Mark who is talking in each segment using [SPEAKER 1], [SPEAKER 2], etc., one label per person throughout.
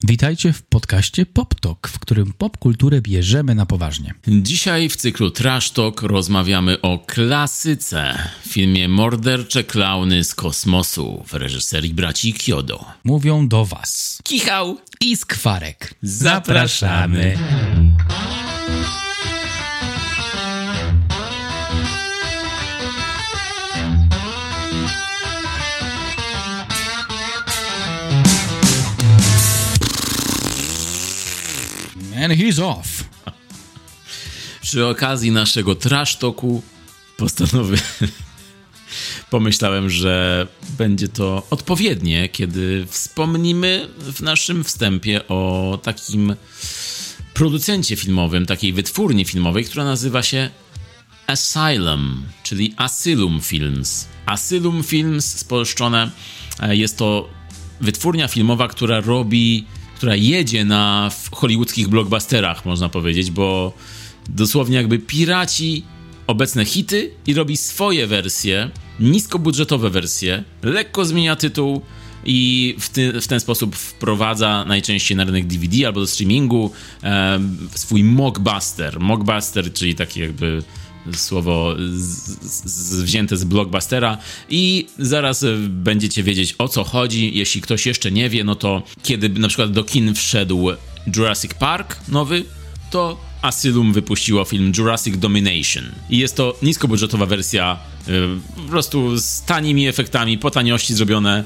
[SPEAKER 1] Witajcie w podcaście Pop Talk, w którym popkulturę bierzemy na poważnie.
[SPEAKER 2] Dzisiaj w cyklu Trash Talk rozmawiamy o klasyce, filmie Mordercze klauny z kosmosu w reżyserii braci Kyodo.
[SPEAKER 1] Mówią do was
[SPEAKER 2] Kichał
[SPEAKER 1] i Skwarek.
[SPEAKER 2] Zapraszamy.
[SPEAKER 1] And he's off.
[SPEAKER 2] Przy okazji naszego Trash Talku pomyślałem, że będzie to odpowiednie, kiedy wspomnimy w naszym wstępie o takim producencie filmowym, takiej wytwórni filmowej, która nazywa się Asylum, czyli Asylum Films. Asylum Films, spolszczone, jest to wytwórnia filmowa, która jedzie na hollywoodzkich blockbusterach, można powiedzieć, bo dosłownie jakby piraci obecne hity i robi swoje wersje, niskobudżetowe wersje, lekko zmienia tytuł i w ten sposób wprowadza najczęściej na rynek DVD albo do streamingu swój mockbuster. Mockbuster, czyli taki jakby słowo wzięte z blockbustera i zaraz będziecie wiedzieć, o co chodzi. Jeśli ktoś jeszcze nie wie, no to kiedy na przykład do kin wszedł Jurassic Park nowy, to Asylum wypuściło film Jurassic Domination. I jest to niskobudżetowa wersja, po prostu z tanimi efektami, po taniości zrobione,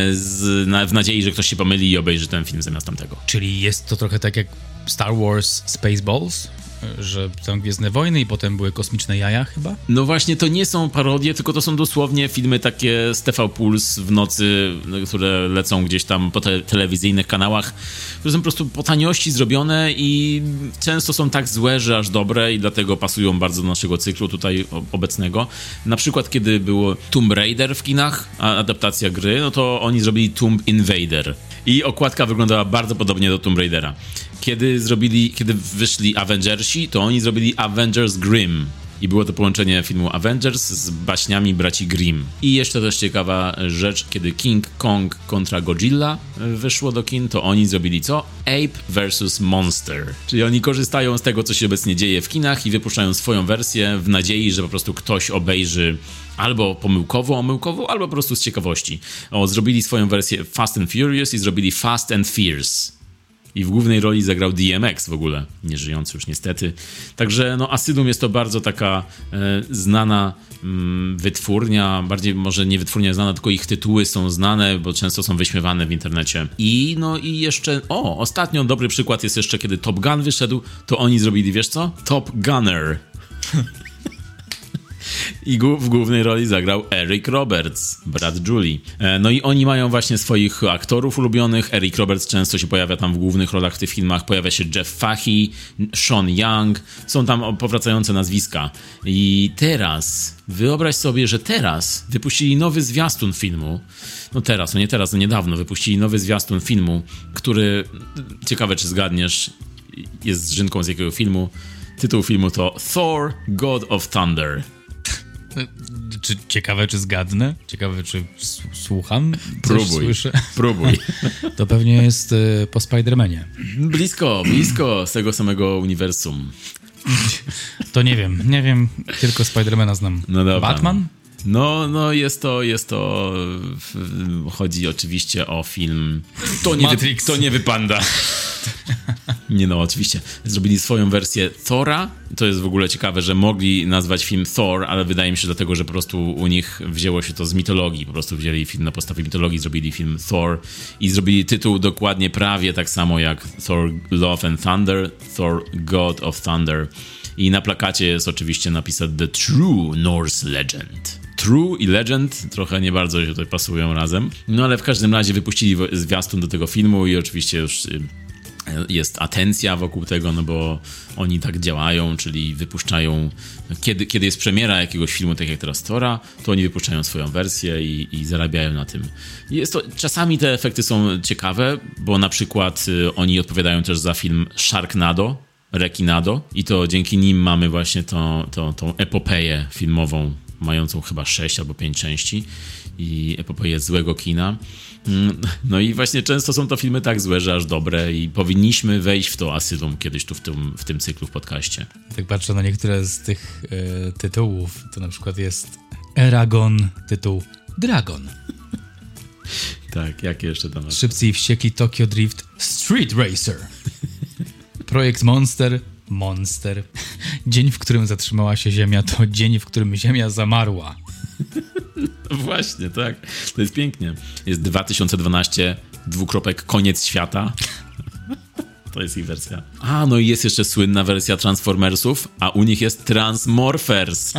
[SPEAKER 2] w nadziei, że ktoś się pomyli i obejrzy ten film zamiast tamtego.
[SPEAKER 1] Czyli jest to trochę tak jak Star Wars Spaceballs? Że tam Gwiezdne Wojny i potem były kosmiczne jaja chyba?
[SPEAKER 2] No właśnie, to nie są parodie, tylko to są dosłownie filmy takie z TV Puls w nocy, które lecą gdzieś tam po telewizyjnych kanałach, które są po prostu po taniości zrobione i często są tak złe, że aż dobre i dlatego pasują bardzo do naszego cyklu tutaj obecnego. Na przykład kiedy było Tomb Raider w kinach, adaptacja gry, no to oni zrobili Tomb Invader i okładka wyglądała bardzo podobnie do Tomb Raidera. Kiedy wyszli Avengersi, to oni zrobili Avengers Grimm. I było to połączenie filmu Avengers z baśniami braci Grimm. I jeszcze też ciekawa rzecz, kiedy King Kong kontra Godzilla wyszło do kin, to oni zrobili co? Ape vs. Monster. Czyli oni korzystają z tego, co się obecnie dzieje w kinach i wypuszczają swoją wersję w nadziei, że po prostu ktoś obejrzy albo pomyłkowo, albo po prostu z ciekawości. Zrobili swoją wersję Fast and Furious i zrobili Fast and Fierce. I w głównej roli zagrał DMX w ogóle, nieżyjący już niestety. Także no Asylum jest to bardzo taka znana wytwórnia, bardziej może nie wytwórnia znana, tylko ich tytuły są znane, bo często są wyśmiewane w internecie. I jeszcze, ostatnio dobry przykład jest jeszcze, kiedy Top Gun wyszedł, to oni zrobili, wiesz co? Top Gunner. I w głównej roli zagrał Eric Roberts, brat Julie. No i oni mają właśnie swoich aktorów ulubionych. Eric Roberts często się pojawia tam w głównych rolach w tych filmach. Pojawia się Jeff Fahey, Sean Young. Są tam powracające nazwiska. I teraz, wyobraź sobie, że teraz wypuścili nowy zwiastun filmu. Niedawno wypuścili nowy zwiastun filmu, który, ciekawe czy zgadniesz, jest zżynką z jakiego filmu. Tytuł filmu to Thor, God of Thunder.
[SPEAKER 1] Ciekawe, czy zgadnę? Ciekawe, czy słucham?
[SPEAKER 2] Słyszę? Próbuj.
[SPEAKER 1] To pewnie jest po Spider-Manie.
[SPEAKER 2] Blisko, z tego samego uniwersum.
[SPEAKER 1] To nie wiem, tylko Spider-Mana znam.
[SPEAKER 2] No dobra.
[SPEAKER 1] Batman?
[SPEAKER 2] No jest to chodzi oczywiście o film To nie wypanda. Nie oczywiście. Zrobili swoją wersję Thora. To jest w ogóle ciekawe, że mogli nazwać film Thor, ale wydaje mi się dlatego, że po prostu u nich wzięło się to z mitologii. Po prostu wzięli film na podstawie mitologii, zrobili film Thor i zrobili tytuł dokładnie prawie tak samo jak Thor Love and Thunder, Thor God of Thunder. I na plakacie jest oczywiście napisane The True Norse Legend. True i Legend trochę nie bardzo się tutaj pasują razem. No ale w każdym razie wypuścili zwiastun do tego filmu i oczywiście już jest atencja wokół tego, no bo oni tak działają, czyli wypuszczają, kiedy jest premiera jakiegoś filmu, tak jak teraz Thora, to oni wypuszczają swoją wersję i zarabiają na tym. Czasami te efekty są ciekawe, bo na przykład oni odpowiadają też za film Sharknado, Rekinado i to dzięki nim mamy właśnie tą epopeję filmową mającą chyba 6 albo 5 części i epopeję złego kina. No i właśnie często są to filmy tak złe, że aż dobre i powinniśmy wejść w to asylum kiedyś tu w tym cyklu w podcaście.
[SPEAKER 1] Tak patrzę na niektóre z tych tytułów, to na przykład jest Eragon, tytuł Dragon.
[SPEAKER 2] Tak, jakie jeszcze tam masz?
[SPEAKER 1] Szybcy i wściekli Tokyo Drift Street Racer. Projekt Monster. Dzień, w którym zatrzymała się Ziemia, to dzień, w którym Ziemia zamarła.
[SPEAKER 2] Właśnie, tak. To jest pięknie. Jest 2012, koniec świata. To jest ich wersja. No i jest jeszcze słynna wersja Transformersów, a u nich jest Transmorphers.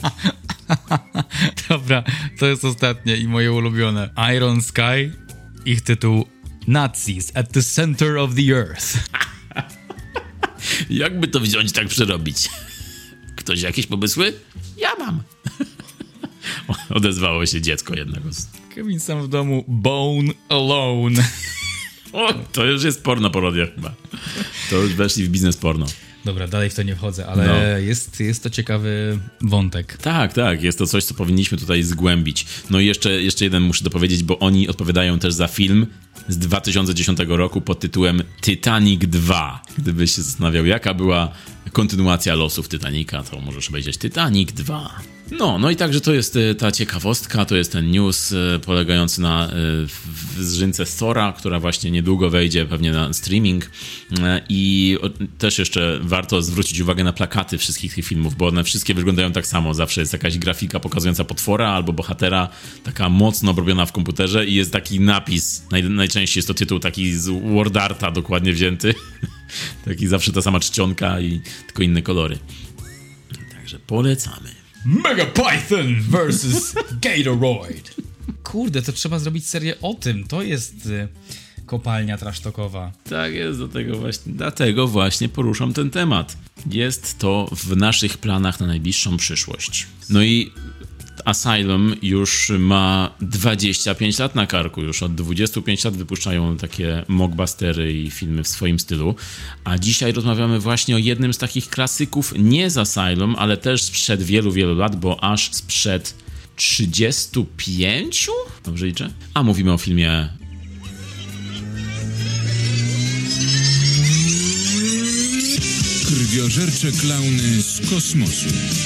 [SPEAKER 1] Dobra, to jest ostatnie i moje ulubione. Iron Sky, ich tytuł Nazis at the Center of the Earth.
[SPEAKER 2] Jakby to wziąć, tak przerobić? Ktoś jakieś pomysły? Ja mam. Odezwało się dziecko jednego z...
[SPEAKER 1] Kevin sam w domu, Bone Alone.
[SPEAKER 2] To już jest porno parodia chyba. To już weszli w biznes porno.
[SPEAKER 1] Dobra, dalej w to nie wchodzę, ale jest to ciekawy wątek.
[SPEAKER 2] Tak, jest to coś, co powinniśmy tutaj zgłębić. No i jeszcze jeden muszę dopowiedzieć, bo oni odpowiadają też za film z 2010 roku pod tytułem Titanic 2. Gdybyś się zastanawiał, jaka była kontynuacja losów Titanica, to możesz obejrzeć Titanic 2. No i także to jest ta ciekawostka, to jest ten news polegający na zżynce Thora, która właśnie niedługo wejdzie pewnie na streaming i też jeszcze warto zwrócić uwagę na plakaty wszystkich tych filmów, bo one wszystkie wyglądają tak samo. Zawsze jest jakaś grafika pokazująca potwora albo bohatera, taka mocno obrobiona w komputerze i jest taki napis, najczęściej jest to tytuł taki z WordArta dokładnie wzięty, taki zawsze ta sama czcionka i tylko inne kolory. Także polecamy.
[SPEAKER 1] Mega Python versus Gatoroid. Kurde, to trzeba zrobić serię o tym. To jest kopalnia trasztokowa.
[SPEAKER 2] Tak jest, dlatego właśnie poruszam ten temat. Jest to w naszych planach na najbliższą przyszłość. No i Asylum już ma 25 lat na karku. Już od 25 lat wypuszczają takie mockbustery i filmy w swoim stylu. A dzisiaj rozmawiamy właśnie o jednym z takich klasyków, nie z Asylum, ale też sprzed wielu, wielu lat, bo aż sprzed 35? Dobrze liczę? A mówimy o filmie...
[SPEAKER 3] Krwiożercze klauny z kosmosu.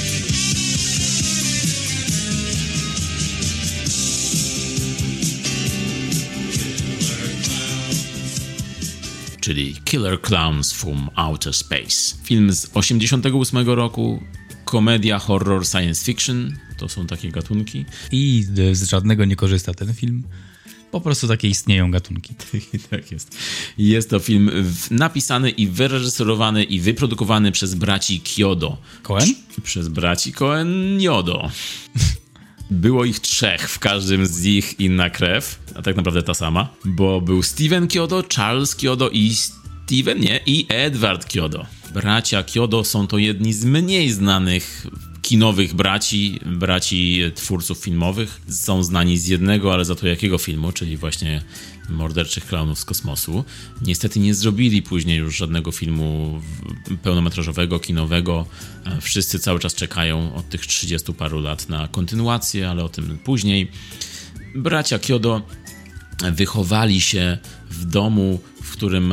[SPEAKER 2] Czyli Killer Clowns from Outer Space. Film z 1988 roku, komedia, horror, science fiction, to są takie gatunki.
[SPEAKER 1] I z żadnego nie korzysta ten film. Po prostu takie istnieją gatunki.
[SPEAKER 2] Tak jest. Jest to film napisany i wyreżyserowany i wyprodukowany przez braci Chiodo.
[SPEAKER 1] Coen?
[SPEAKER 2] Przez braci Coen-Jodo. Było ich 3, w każdym z nich inna krew, a tak naprawdę ta sama, bo był Steven Chiodo, Charles Chiodo i Edward Chiodo. Bracia Chiodo są to jedni z mniej znanych kinowych braci twórców filmowych. Są znani z jednego, ale za to jakiego filmu, czyli właśnie Morderczych Klaunów z kosmosu. Niestety nie zrobili później już żadnego filmu pełnometrażowego, kinowego. Wszyscy cały czas czekają od tych 30 paru lat na kontynuację, ale o tym później. Bracia Chiodo wychowali się w domu, w którym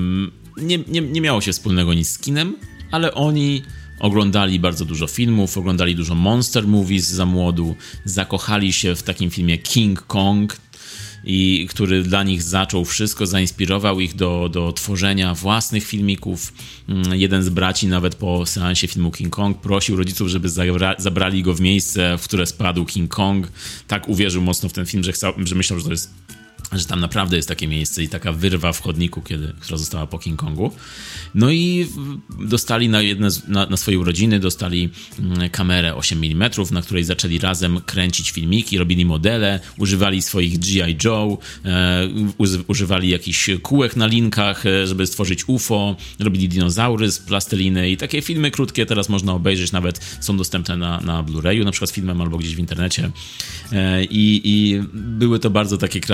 [SPEAKER 2] nie miało się wspólnego nic z kinem, ale oni oglądali bardzo dużo filmów, oglądali dużo monster movies za młodu, zakochali się w takim filmie King Kong, i który dla nich zaczął wszystko, zainspirował ich do tworzenia własnych filmików. Jeden z braci nawet po seansie filmu King Kong prosił rodziców, żeby zabrali go w miejsce, w które spadł King Kong. Tak uwierzył mocno w ten film, że myślał, że tam naprawdę jest takie miejsce i taka wyrwa w chodniku, która została po King Kongu. No i dostali na swoje urodziny dostali kamerę 8 mm, na której zaczęli razem kręcić filmiki, robili modele, używali swoich G.I. Joe, używali jakichś kółek na linkach, żeby stworzyć UFO, robili dinozaury z plasteliny i takie filmy krótkie teraz można obejrzeć, nawet są dostępne na Blu-rayu, na przykład z filmem albo gdzieś w internecie. I były to bardzo takie kreatywne,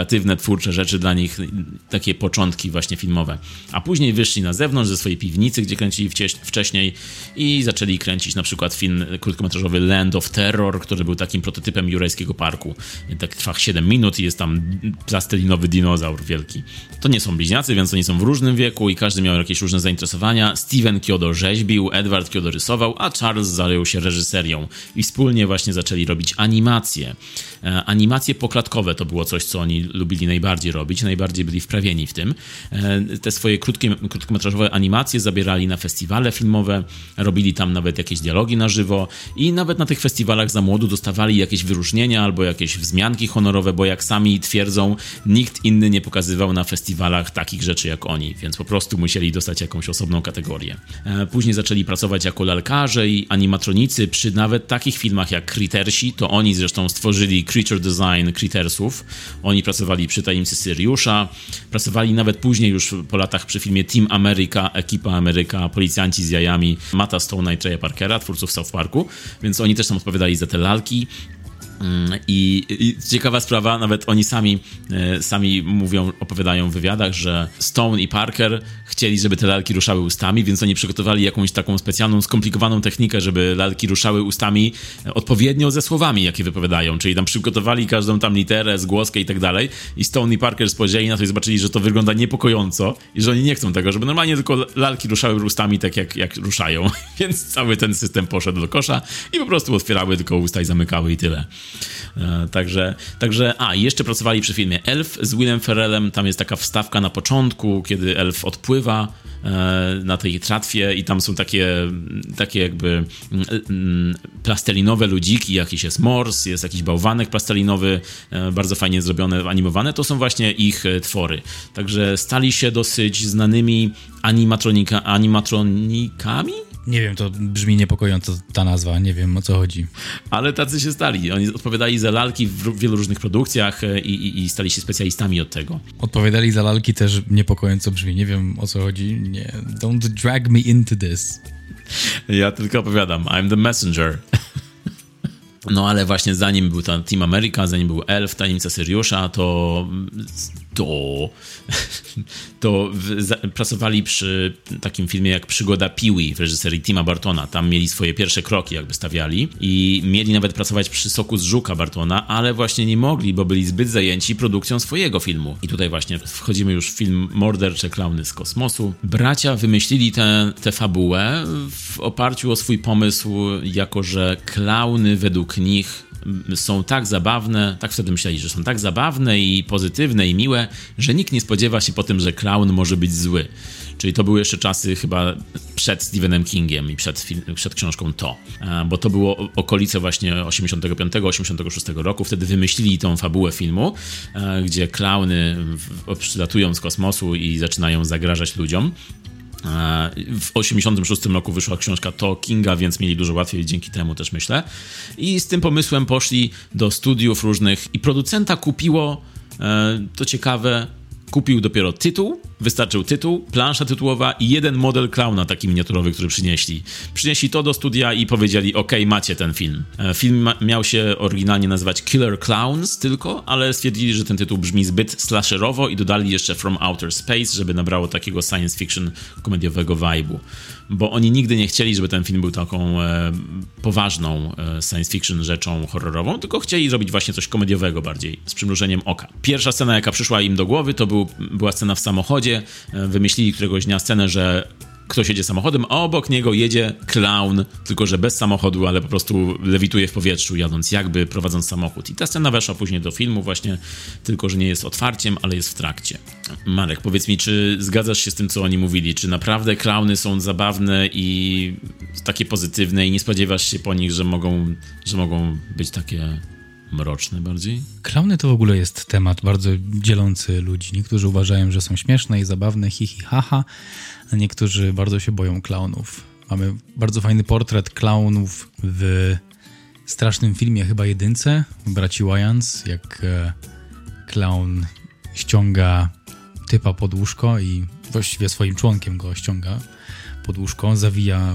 [SPEAKER 2] twórcze rzeczy dla nich, takie początki właśnie filmowe. A później wyszli na zewnątrz ze swojej piwnicy, gdzie kręcili wcześniej i zaczęli kręcić na przykład film krótkometrażowy Land of Terror, który był takim prototypem Jurajskiego Parku. Tak trwa 7 minut i jest tam plastelinowy dinozaur wielki. To nie są bliźniacy, więc oni są w różnym wieku i każdy miał jakieś różne zainteresowania. Steven Kyodo rzeźbił, Edward Kyodo rysował, a Charles zajął się reżyserią i wspólnie właśnie zaczęli robić animacje. Animacje poklatkowe to było coś, co oni lubili najbardziej robić, najbardziej byli wprawieni w tym. Te swoje krótkometrażowe animacje zabierali na festiwale filmowe, robili tam nawet jakieś dialogi na żywo i nawet na tych festiwalach za młodu dostawali jakieś wyróżnienia albo jakieś wzmianki honorowe, bo jak sami twierdzą, nikt inny nie pokazywał na festiwalach takich rzeczy jak oni, więc po prostu musieli dostać jakąś osobną kategorię. Później zaczęli pracować jako lalkarze i animatronicy przy nawet takich filmach jak Crittersi, to oni zresztą stworzyli creature design Crittersów. Oni pracowali przy Tajemnicy Syriusza, pracowali nawet później już po latach przy filmie Team America, Ekipa Ameryka, Policjanci z jajami Matta Stone'a i Trey'a Parkera, twórców South Parku, więc oni też tam odpowiadali za te lalki. I ciekawa sprawa, nawet oni sami opowiadają w wywiadach, że Stone i Parker chcieli, żeby te lalki ruszały ustami, więc oni przygotowali jakąś taką specjalną, skomplikowaną technikę, żeby lalki ruszały ustami odpowiednio ze słowami, jakie wypowiadają, czyli tam przygotowali każdą tam literę, zgłoskę i tak dalej i Stone i Parker spojrzeli na to i zobaczyli, że to wygląda niepokojąco i że oni nie chcą tego, żeby normalnie tylko lalki ruszały ustami tak jak ruszają, więc cały ten system poszedł do kosza i po prostu otwierały tylko usta i zamykały i tyle. Także jeszcze pracowali przy filmie Elf z Willem Ferrellem. Tam jest taka wstawka na początku, kiedy Elf odpływa na tej tratwie i tam są takie jakby plastelinowe ludziki, jakiś jest mors, jest jakiś bałwanek plastelinowy, bardzo fajnie zrobione, animowane. To są właśnie ich twory. Także stali się dosyć znanymi animatronikami?
[SPEAKER 1] Nie wiem, to brzmi niepokojąco ta nazwa, nie wiem o co chodzi.
[SPEAKER 2] Ale tacy się stali. Oni odpowiadali za lalki w wielu różnych produkcjach i stali się specjalistami od tego.
[SPEAKER 1] Odpowiadali za lalki też niepokojąco brzmi, nie wiem o co chodzi. Nie, don't drag me into this.
[SPEAKER 2] Ja tylko opowiadam, I'm the messenger. No ale właśnie zanim był tam Team America, zanim był Elf, Tajemnica Syriusza, pracowali przy takim filmie jak Przygoda Pee-wee w reżyserii Tima Burtona. Tam mieli swoje pierwsze kroki, jakby stawiali i mieli nawet pracować przy Soku z Żuka Burtona, ale właśnie nie mogli, bo byli zbyt zajęci produkcją swojego filmu. I tutaj właśnie wchodzimy już w film Mordercze Klauny z kosmosu. Bracia wymyślili tę fabułę w oparciu o swój pomysł, jako że klauny według nich są tak zabawne, tak wtedy myśleli, że są tak zabawne i pozytywne i miłe, że nikt nie spodziewa się po tym, że klaun może być zły. Czyli to były jeszcze czasy chyba przed Stephenem Kingiem i przed książką To. Bo to było okolice właśnie 85-86 roku. Wtedy wymyślili tą fabułę filmu, gdzie klauny przylatują z kosmosu i zaczynają zagrażać ludziom. W 86 roku wyszła książka To Kinga, więc mieli dużo łatwiej dzięki temu też, myślę. I z tym pomysłem poszli do studiów różnych i producenta kupiło, to ciekawe, kupił dopiero tytuł, wystarczył tytuł, plansza tytułowa i jeden model klauna taki miniaturowy, który przynieśli. Przynieśli to do studia i powiedzieli, okej, macie ten film. Film miał się oryginalnie nazywać Killer Clowns tylko, ale stwierdzili, że ten tytuł brzmi zbyt slasherowo i dodali jeszcze From Outer Space, żeby nabrało takiego science fiction komediowego vibe'u. Bo oni nigdy nie chcieli, żeby ten film był taką poważną science fiction rzeczą horrorową, tylko chcieli zrobić właśnie coś komediowego bardziej, z przymrużeniem oka. Pierwsza scena, jaka przyszła im do głowy, to była scena w samochodzie. Wymyślili któregoś dnia scenę, że ktoś jedzie samochodem, a obok niego jedzie klaun, tylko że bez samochodu, ale po prostu lewituje w powietrzu, jadąc jakby prowadząc samochód. I ta scena weszła później do filmu właśnie, tylko że nie jest otwarciem, ale jest w trakcie. Marek, powiedz mi, czy zgadzasz się z tym, co oni mówili? Czy naprawdę klauny są zabawne i takie pozytywne i nie spodziewasz się po nich, że mogą być takie mroczne bardziej?
[SPEAKER 1] Klauny to w ogóle jest temat bardzo dzielący ludzi. Niektórzy uważają, że są śmieszne i zabawne, haha, a niektórzy bardzo się boją klaunów. Mamy bardzo fajny portret klaunów w strasznym filmie, chyba jedynce, braci Wayans, jak klaun ściąga typa pod łóżko i właściwie swoim członkiem go ściąga pod łóżko, zawija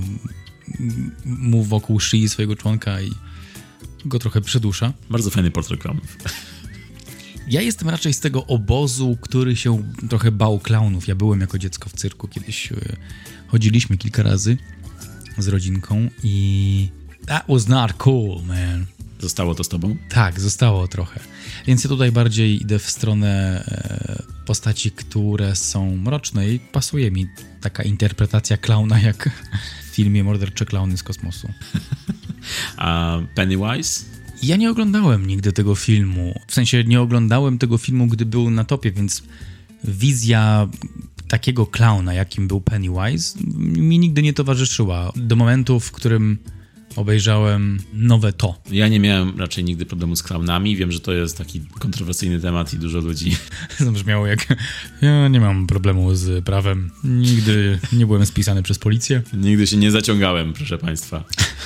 [SPEAKER 1] mu wokół szyi swojego członka i go trochę przydusza.
[SPEAKER 2] Bardzo fajny portret klaunów.
[SPEAKER 1] Ja jestem raczej z tego obozu, który się trochę bał klaunów. Ja byłem jako dziecko w cyrku, kiedyś chodziliśmy kilka razy z rodzinką i that was not cool, man.
[SPEAKER 2] Zostało to z tobą?
[SPEAKER 1] Tak, zostało trochę. Więc ja tutaj bardziej idę w stronę postaci, które są mroczne i pasuje mi taka interpretacja klauna jak w filmie Mordercze Klauny z kosmosu.
[SPEAKER 2] A Pennywise?
[SPEAKER 1] Ja nie oglądałem nigdy tego filmu. W sensie nie oglądałem tego filmu, gdy był na topie, więc wizja takiego klauna, jakim był Pennywise, mi nigdy nie towarzyszyła. Do momentu, w którym obejrzałem nowe To.
[SPEAKER 2] Ja nie miałem raczej nigdy problemu z klaunami. Wiem, że to jest taki kontrowersyjny temat i dużo ludzi...
[SPEAKER 1] Zabrzmiało jak... Ja nie mam problemu z prawem. Nigdy nie byłem spisany przez policję.
[SPEAKER 2] Nigdy się nie zaciągałem, proszę państwa.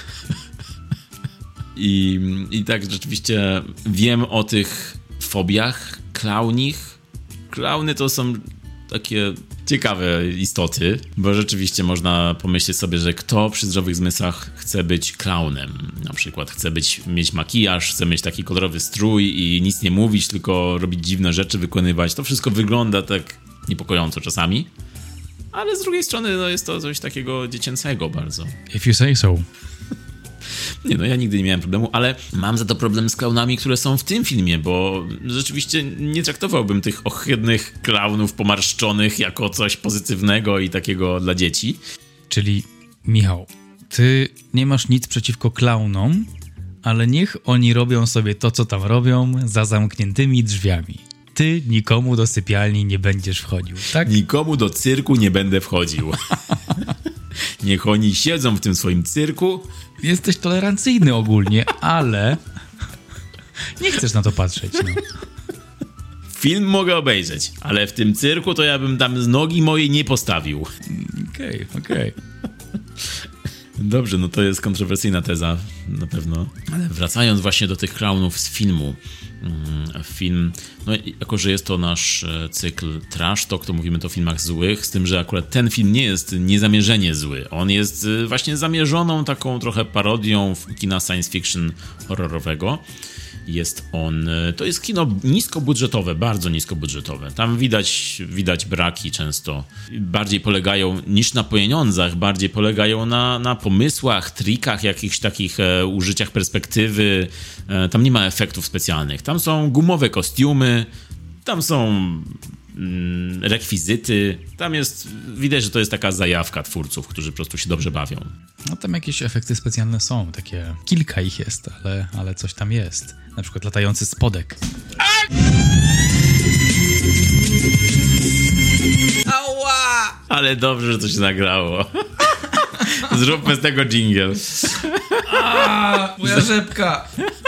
[SPEAKER 2] I tak rzeczywiście wiem o tych fobiach klaunich. Klauny to są takie ciekawe istoty, bo rzeczywiście można pomyśleć sobie, że kto przy zdrowych zmysłach chce być klaunem. Na przykład chce mieć makijaż, chce mieć taki kolorowy strój i nic nie mówić, tylko robić dziwne rzeczy, wykonywać. To wszystko wygląda tak niepokojąco czasami. Ale z drugiej strony no jest to coś takiego dziecięcego bardzo.
[SPEAKER 1] If you say so.
[SPEAKER 2] Nie no, ja nigdy nie miałem problemu, ale mam za to problem z klaunami, które są w tym filmie, bo rzeczywiście nie traktowałbym tych ohydnych klaunów pomarszczonych jako coś pozytywnego i takiego dla dzieci.
[SPEAKER 1] Czyli, Michał, ty nie masz nic przeciwko klaunom, ale niech oni robią sobie to, co tam robią, za zamkniętymi drzwiami. Ty nikomu do sypialni nie będziesz wchodził, tak?
[SPEAKER 2] Nikomu do cyrku nie będę wchodził. Niech oni siedzą w tym swoim cyrku.
[SPEAKER 1] Jesteś tolerancyjny ogólnie, ale nie chcesz na to patrzeć, no.
[SPEAKER 2] Film mogę obejrzeć, ale w tym cyrku to ja bym tam z nogi mojej nie postawił.
[SPEAKER 1] Okej.
[SPEAKER 2] Dobrze, no to jest kontrowersyjna teza, na pewno. Ale wracając właśnie do tych klaunów z filmu. Film, no jako że jest to nasz cykl Trash Talk, to mówimy to o filmach złych, z tym, że akurat ten film nie jest niezamierzenie zły. On jest właśnie zamierzoną taką trochę parodią kina science fiction horrorowego. To jest kino niskobudżetowe, bardzo niskobudżetowe. Tam widać braki często. Bardziej polegają niż na pieniądzach, bardziej polegają na pomysłach, trikach, jakichś takich użyciach perspektywy. Tam nie ma efektów specjalnych. Tam są gumowe kostiumy, tam są rekwizyty. Tam widać, że to jest taka zajawka twórców, którzy po prostu się dobrze bawią.
[SPEAKER 1] No tam jakieś efekty specjalne są, takie kilka ich jest, ale coś tam jest. Na przykład latający spodek.
[SPEAKER 2] Ała! Ale dobrze, że to się nagrało. Zróbmy z tego dżingiel.
[SPEAKER 1] Moja rzepka!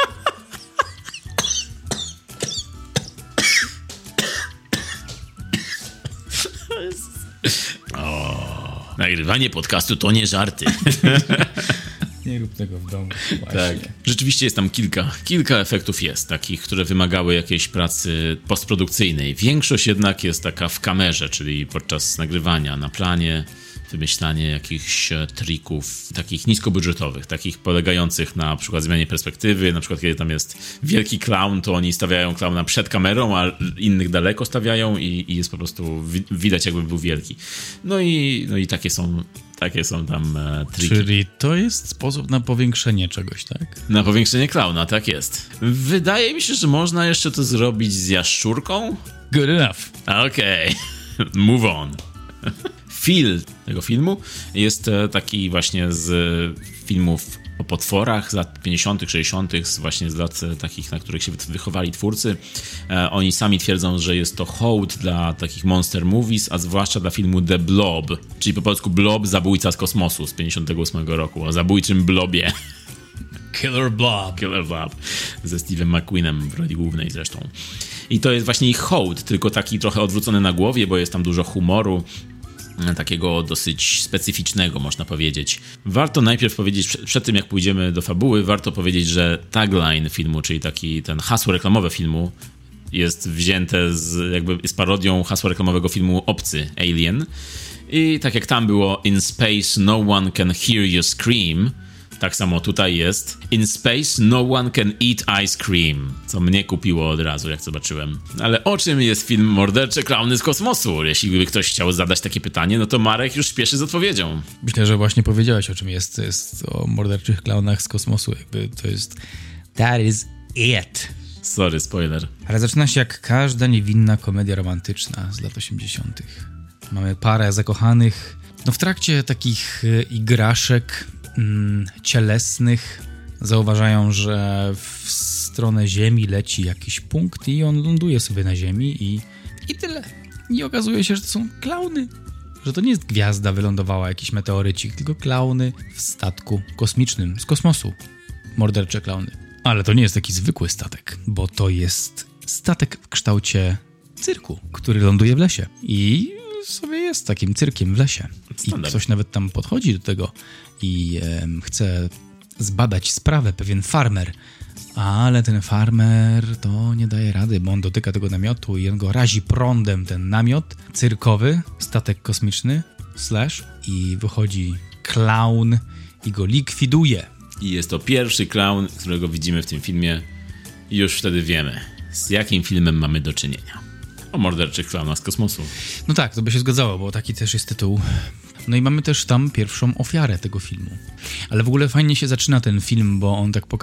[SPEAKER 2] Nagrywanie podcastu to nie żarty.
[SPEAKER 1] Nie rób tego w domu. Właśnie.
[SPEAKER 2] Tak. Rzeczywiście jest tam kilka efektów jest, takich, które wymagały jakiejś pracy postprodukcyjnej. Większość jednak jest taka w kamerze, czyli podczas nagrywania, na planie, wymyślanie jakichś trików takich niskobudżetowych, takich polegających na przykład zmianie perspektywy, na przykład kiedy tam jest wielki klaun, to oni stawiają klauna przed kamerą, a innych daleko stawiają i jest po prostu widać, jakby był wielki. No i takie są tam triki.
[SPEAKER 1] Czyli to jest sposób na powiększenie czegoś, tak?
[SPEAKER 2] Na powiększenie klauna, tak jest. Wydaje mi się, że można jeszcze to zrobić z jaszczurką.
[SPEAKER 1] Good enough.
[SPEAKER 2] Okej. Move on. Feel tego filmu jest taki właśnie z filmów o potworach z lat 50., 60., właśnie z lat takich, na których się wychowali twórcy. Oni sami twierdzą, że jest to hołd dla takich monster movies, a zwłaszcza dla filmu The Blob, czyli po polsku Blob, zabójca z kosmosu z 58 roku, o zabójczym blobie.
[SPEAKER 1] Killer Blob.
[SPEAKER 2] Killer Blob. Ze Steve'em McQueenem w roli głównej zresztą. I to jest właśnie ich hołd, tylko taki trochę odwrócony na głowie, bo jest tam dużo humoru, takiego dosyć specyficznego, można powiedzieć. Warto najpierw powiedzieć, przed tym jak pójdziemy do fabuły, warto powiedzieć, że tagline filmu, czyli ten hasło reklamowe filmu jest wzięte jest parodią hasła reklamowego filmu Obcy, Alien. I tak jak tam było In space no one can hear you scream, Tak samo tutaj jest In space no one can eat ice cream, co mnie kupiło od razu, jak zobaczyłem. Ale o czym jest film Mordercze Klauny z kosmosu? Jeśli by ktoś chciał zadać takie pytanie, no to Marek już śpieszy z odpowiedzią.
[SPEAKER 1] Myślę, że właśnie powiedziałeś, o czym jest. To jest o morderczych klaunach z kosmosu. Jakby to jest... That is it.
[SPEAKER 2] Sorry, spoiler.
[SPEAKER 1] Ale zaczyna się jak każda niewinna komedia romantyczna z lat 80. Mamy parę zakochanych. No w trakcie takich igraszek cielesnych zauważają, że w stronę Ziemi leci jakiś punkt i on ląduje sobie na Ziemi i tyle. I okazuje się, że to są klauny. Że to nie jest gwiazda wylądowała, jakiś meteorycik, tylko klauny w statku kosmicznym z kosmosu. Mordercze klauny. Ale to nie jest taki zwykły statek, bo to jest statek w kształcie cyrku, który ląduje w lesie i sobie jest takim cyrkiem w lesie.
[SPEAKER 2] Standard.
[SPEAKER 1] I ktoś nawet tam podchodzi do tego i chce zbadać sprawę, pewien farmer. Ale ten farmer to nie daje rady, bo on dotyka tego namiotu i on go razi prądem, ten namiot cyrkowy, statek kosmiczny, i wychodzi klaun i go likwiduje.
[SPEAKER 2] I jest to pierwszy klaun, którego widzimy w tym filmie. I już wtedy wiemy, z jakim filmem mamy do czynienia. O morderczych klaunach z kosmosu.
[SPEAKER 1] No tak, to by się zgadzało, bo taki też jest tytuł. No i mamy też tam pierwszą ofiarę tego filmu. Ale w ogóle fajnie się zaczyna ten film, bo on tak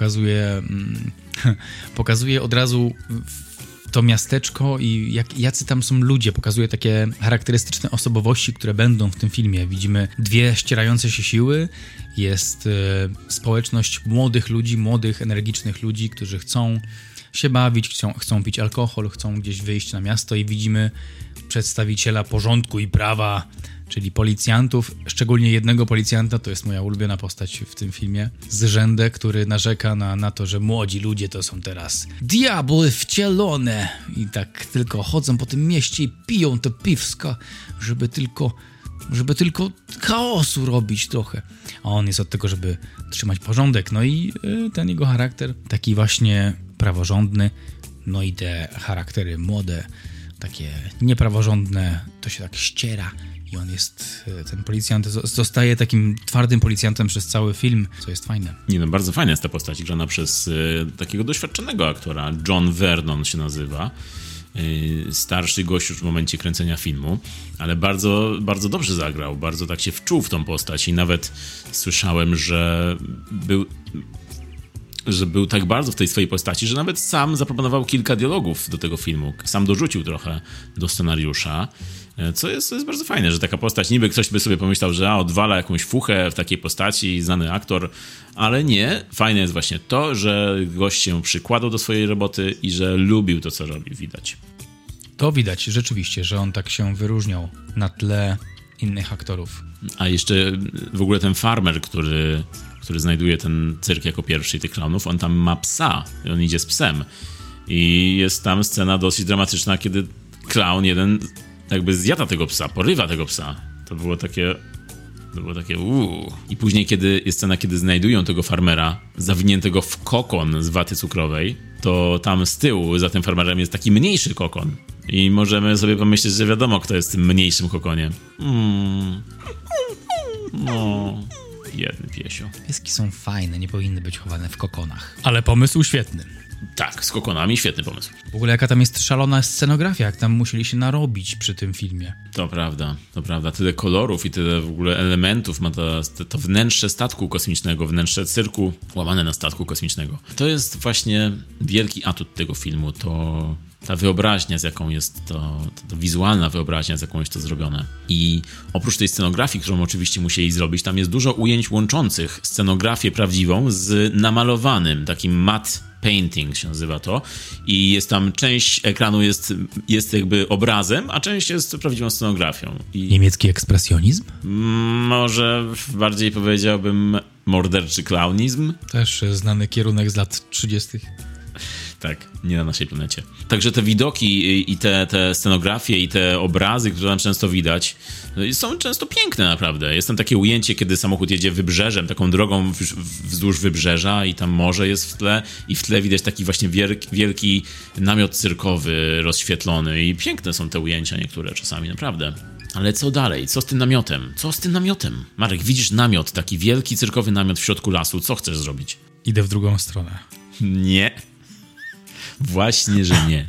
[SPEAKER 1] pokazuje od razu to miasteczko i jacy tam są ludzie. Pokazuje takie charakterystyczne osobowości, które będą w tym filmie. Widzimy dwie ścierające się siły. Jest społeczność młodych ludzi, młodych, energicznych ludzi, którzy chcą się bawić, chcą pić alkohol, chcą gdzieś wyjść na miasto i widzimy przedstawiciela porządku i prawa, czyli policjantów, szczególnie jednego policjanta, to jest moja ulubiona postać w tym filmie, Zrzędę, który narzeka na to, że młodzi ludzie to są teraz diabły wcielone i tak tylko chodzą po tym mieście i piją to piwsko, żeby tylko chaosu robić trochę. A on jest od tego, żeby trzymać porządek. No i ten jego charakter, taki właśnie praworządny, no i te charaktery młode, takie niepraworządne, to się tak ściera i on jest, ten policjant zostaje takim twardym policjantem przez cały film, co jest fajne.
[SPEAKER 2] Nie no, bardzo fajna jest ta postać, grana przez takiego doświadczonego aktora, John Vernon się nazywa. Starszy gość już w momencie kręcenia filmu, ale bardzo, bardzo dobrze zagrał, bardzo tak się wczuł w tą postać i nawet słyszałem, że był tak bardzo w tej swojej postaci, że nawet sam zaproponował kilka dialogów do tego filmu. Sam dorzucił trochę do scenariusza, co jest bardzo fajne, że taka postać, niby ktoś by sobie pomyślał, że odwala jakąś fuchę w takiej postaci, znany aktor, ale nie. Fajne jest właśnie to, że gość się przykładał do swojej roboty i że lubił to, co robi, widać.
[SPEAKER 1] To widać rzeczywiście, że on tak się wyróżniał na tle innych aktorów.
[SPEAKER 2] A jeszcze w ogóle ten farmer, który znajduje ten cyrk jako pierwszy tych klaunów, on tam ma psa, on idzie z psem i jest tam scena dosyć dramatyczna, kiedy klaun jeden jakby zjada tego psa, porywa tego psa. To było takie I później jest scena, kiedy znajdują tego farmera zawiniętego w kokon z waty cukrowej, to tam z tyłu za tym farmerem jest taki mniejszy kokon. I możemy sobie pomyśleć, że wiadomo, kto jest w tym mniejszym kokonie. No, biedny piesio.
[SPEAKER 1] Pieski są fajne, nie powinny być chowane w kokonach. Ale pomysł świetny.
[SPEAKER 2] Tak, z kokonami świetny pomysł.
[SPEAKER 1] W ogóle jaka tam jest szalona scenografia, jak tam musieli się narobić przy tym filmie.
[SPEAKER 2] To prawda. Tyle kolorów i tyle w ogóle elementów ma to wnętrze statku kosmicznego, wnętrze cyrku łamane na statku kosmicznego. To jest właśnie wielki atut tego filmu, to ta wyobraźnia, z jaką jest to wizualna wyobraźnia, z jaką jest to zrobione. I oprócz tej scenografii, którą oczywiście musieli zrobić, tam jest dużo ujęć łączących scenografię prawdziwą z namalowanym, takim matte painting się nazywa to. I jest tam część ekranu jest jakby obrazem, a część jest prawdziwą scenografią.
[SPEAKER 1] Niemiecki ekspresjonizm?
[SPEAKER 2] Może bardziej powiedziałbym morderczy klaunizm.
[SPEAKER 1] Też znany kierunek z lat 30.
[SPEAKER 2] Tak, nie na naszej planecie. Także te widoki i te scenografie i te obrazy, które tam często widać, są często piękne naprawdę. Jest tam takie ujęcie, kiedy samochód jedzie wybrzeżem, taką drogą wzdłuż wybrzeża i tam morze jest w tle i w tle widać taki właśnie wielki namiot cyrkowy rozświetlony i piękne są te ujęcia niektóre czasami, naprawdę. Ale co dalej? Co z tym namiotem? Co z tym namiotem? Marek, widzisz namiot, taki wielki cyrkowy namiot w środku lasu. Co chcesz zrobić?
[SPEAKER 1] Idę w drugą stronę.
[SPEAKER 2] Nie. Właśnie, że nie.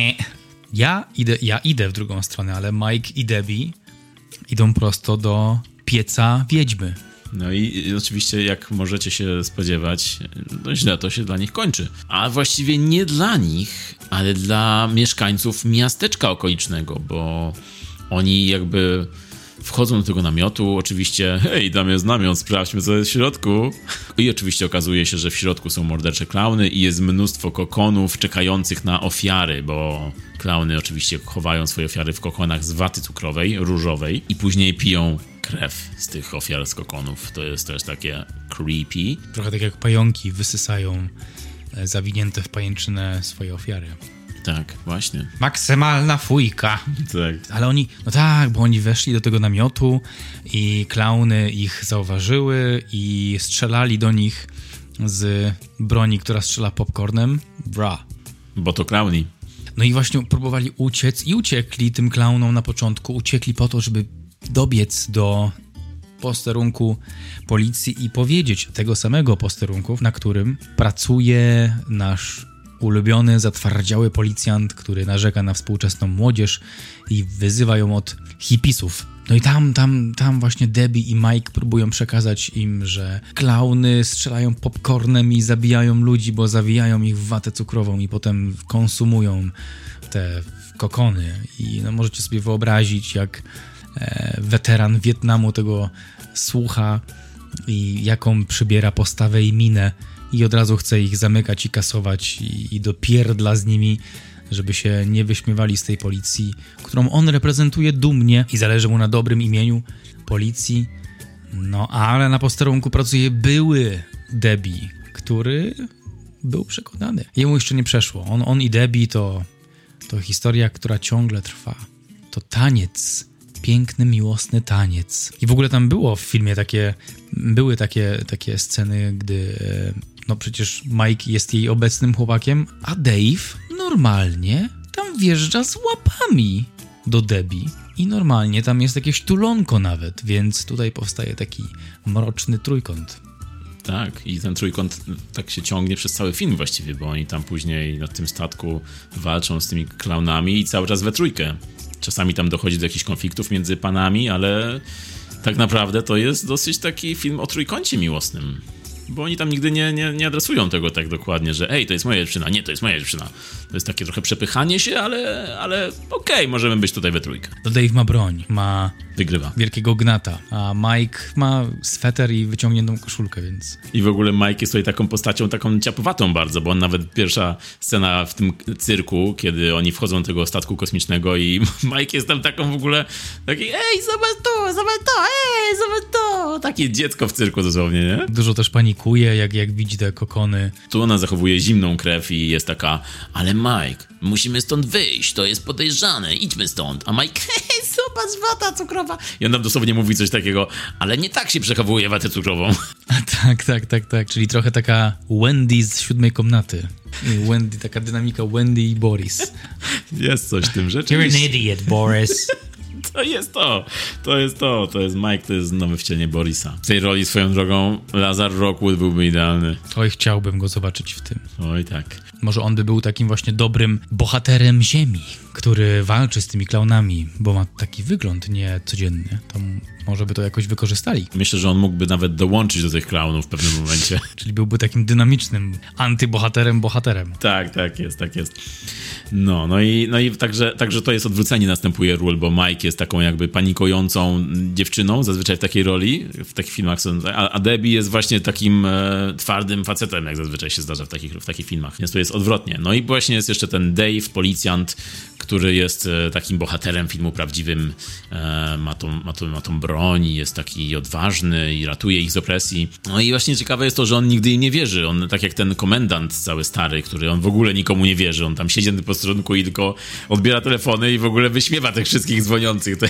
[SPEAKER 1] Ja idę w drugą stronę, ale Mike i Debbie idą prosto do pieca wiedźmy.
[SPEAKER 2] No i oczywiście, jak możecie się spodziewać, no źle to się dla nich kończy. A właściwie nie dla nich, ale dla mieszkańców miasteczka okolicznego, bo oni jakby wchodzą do tego namiotu, oczywiście, hej, tam jest namiot, sprawdźmy, co jest w środku. I oczywiście okazuje się, że w środku są mordercze klauny i jest mnóstwo kokonów czekających na ofiary, bo klauny oczywiście chowają swoje ofiary w kokonach z waty cukrowej, różowej i później piją krew z tych ofiar z kokonów. To jest też takie creepy.
[SPEAKER 1] Trochę tak jak pająki wysysają zawinięte w pajęczynę swoje ofiary.
[SPEAKER 2] Tak, właśnie.
[SPEAKER 1] Maksymalna fujka.
[SPEAKER 2] Tak.
[SPEAKER 1] Ale oni, no tak, bo oni weszli do tego namiotu i klauny ich zauważyły i strzelali do nich z broni, która strzela popcornem. Bra.
[SPEAKER 2] Bo to klauni.
[SPEAKER 1] No i właśnie próbowali uciec i uciekli tym klaunom na początku. Uciekli po to, żeby dobiec do posterunku policji i powiedzieć tego samego posterunku, na którym pracuje nasz ulubiony, zatwardziały policjant, który narzeka na współczesną młodzież i wyzywa ją od hipisów. No i tam właśnie Debbie i Mike próbują przekazać im, że klauny strzelają popcornem i zabijają ludzi, bo zawijają ich w watę cukrową i potem konsumują te kokony. I no możecie sobie wyobrazić, jak weteran Wietnamu tego słucha i jaką przybiera postawę i minę i od razu chce ich zamykać i kasować i dopierdla z nimi, żeby się nie wyśmiewali z tej policji, którą on reprezentuje dumnie i zależy mu na dobrym imieniu policji. No ale na posterunku pracuje były Debbie, który był przekonany. Jemu jeszcze nie przeszło. On i Debbie to historia, która ciągle trwa. To taniec. Piękny, miłosny taniec. I w ogóle tam było w filmie były takie sceny, gdy no przecież Mike jest jej obecnym chłopakiem, a Dave normalnie tam wjeżdża z łapami do Debbie i normalnie tam jest jakieś tulonko nawet, więc tutaj powstaje taki mroczny trójkąt.
[SPEAKER 2] Tak, i ten trójkąt tak się ciągnie przez cały film właściwie, bo oni tam później na tym statku walczą z tymi klaunami i cały czas we trójkę. Czasami tam dochodzi do jakichś konfliktów między panami, ale tak naprawdę to jest dosyć taki film o trójkącie miłosnym. Bo oni tam nigdy nie adresują tego tak dokładnie, że ej, to jest moja dziewczyna, nie, to jest moja dziewczyna. To jest takie trochę przepychanie się, ale okej, możemy być tutaj we trójkę.
[SPEAKER 1] To Dave ma broń, ma
[SPEAKER 2] wygrywa
[SPEAKER 1] wielkiego gnata, a Mike ma sweter i wyciągniętą koszulkę, więc...
[SPEAKER 2] I w ogóle Mike jest tutaj taką postacią, taką ciapowatą bardzo, bo on nawet pierwsza scena w tym cyrku, kiedy oni wchodzą do tego statku kosmicznego i Mike jest tam taką w ogóle taki ej, zobacz to, ej, zobacz to. Takie dziecko w cyrku dosłownie, nie?
[SPEAKER 1] Dużo też panikuje, jak widzi te kokony.
[SPEAKER 2] Tu ona zachowuje zimną krew i jest taka, ale Mike, musimy stąd wyjść, to jest podejrzane, idźmy stąd. A Mike, hej, zobacz, wata cukrowa. I on nam dosłownie mówi coś takiego, ale nie tak się przechowuje watę cukrową.
[SPEAKER 1] Tak. Czyli trochę taka Wendy z 7 komnaty. Wendy, taka dynamika Wendy i Boris.
[SPEAKER 2] Jest coś w tym rzeczywiście.
[SPEAKER 1] You're an idiot, Boris.
[SPEAKER 2] To jest Mike, to jest nowe wcielenie Borisa. W tej roli swoją drogą Lazar Rockwood byłby idealny.
[SPEAKER 1] Oj, chciałbym go zobaczyć w tym.
[SPEAKER 2] Oj, tak.
[SPEAKER 1] Może on by był takim właśnie dobrym bohaterem ziemi, który walczy z tymi klaunami, bo ma taki wygląd niecodzienny. To może by to jakoś wykorzystali.
[SPEAKER 2] Myślę, że on mógłby nawet dołączyć do tych klaunów w pewnym momencie.
[SPEAKER 1] Czyli byłby takim dynamicznym antybohaterem.
[SPEAKER 2] Tak jest. No i także to jest odwrócenie następuje ról, bo Mike jest taką jakby panikującą dziewczyną, zazwyczaj w takiej roli, w takich filmach są, a Debbie jest właśnie takim twardym facetem, jak zazwyczaj się zdarza w takich filmach. Więc to jest odwrotnie. No i właśnie jest jeszcze ten Dave, policjant, który jest takim bohaterem filmu prawdziwym, ma tą broń, jest taki odważny i ratuje ich z opresji. No i właśnie ciekawe jest to, że on nigdy jej nie wierzy. On tak jak ten komendant cały stary, który on w ogóle nikomu nie wierzy. On tam siedzi na tym posterunku i tylko odbiera telefony i w ogóle wyśmiewa tych wszystkich dzwoniących.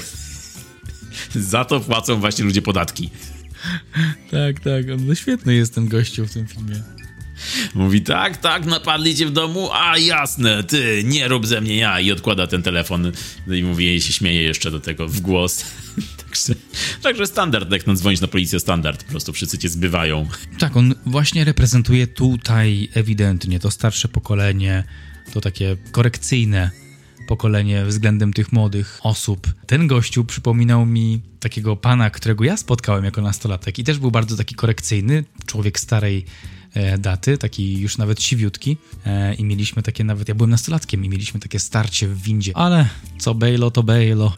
[SPEAKER 2] Za to płacą właśnie ludzie podatki.
[SPEAKER 1] Tak. No świetny jest ten gościu w tym filmie.
[SPEAKER 2] Mówi, tak, napadli cię w domu? A jasne, ty, nie rób ze mnie ja. I odkłada ten telefon i mówi, i się śmieje jeszcze do tego w głos. Także standard, jak dzwonić na policję, standard. Po prostu wszyscy cię zbywają.
[SPEAKER 1] Tak, on właśnie reprezentuje tutaj ewidentnie to starsze pokolenie, to takie korekcyjne pokolenie względem tych młodych osób. Ten gościu przypominał mi takiego pana, którego ja spotkałem jako nastolatek i też był bardzo taki korekcyjny, człowiek starej daty, taki już nawet siwiutki i mieliśmy takie nawet, ja byłem nastolatkiem i mieliśmy takie starcie w windzie, ale co bejlo, to bejlo.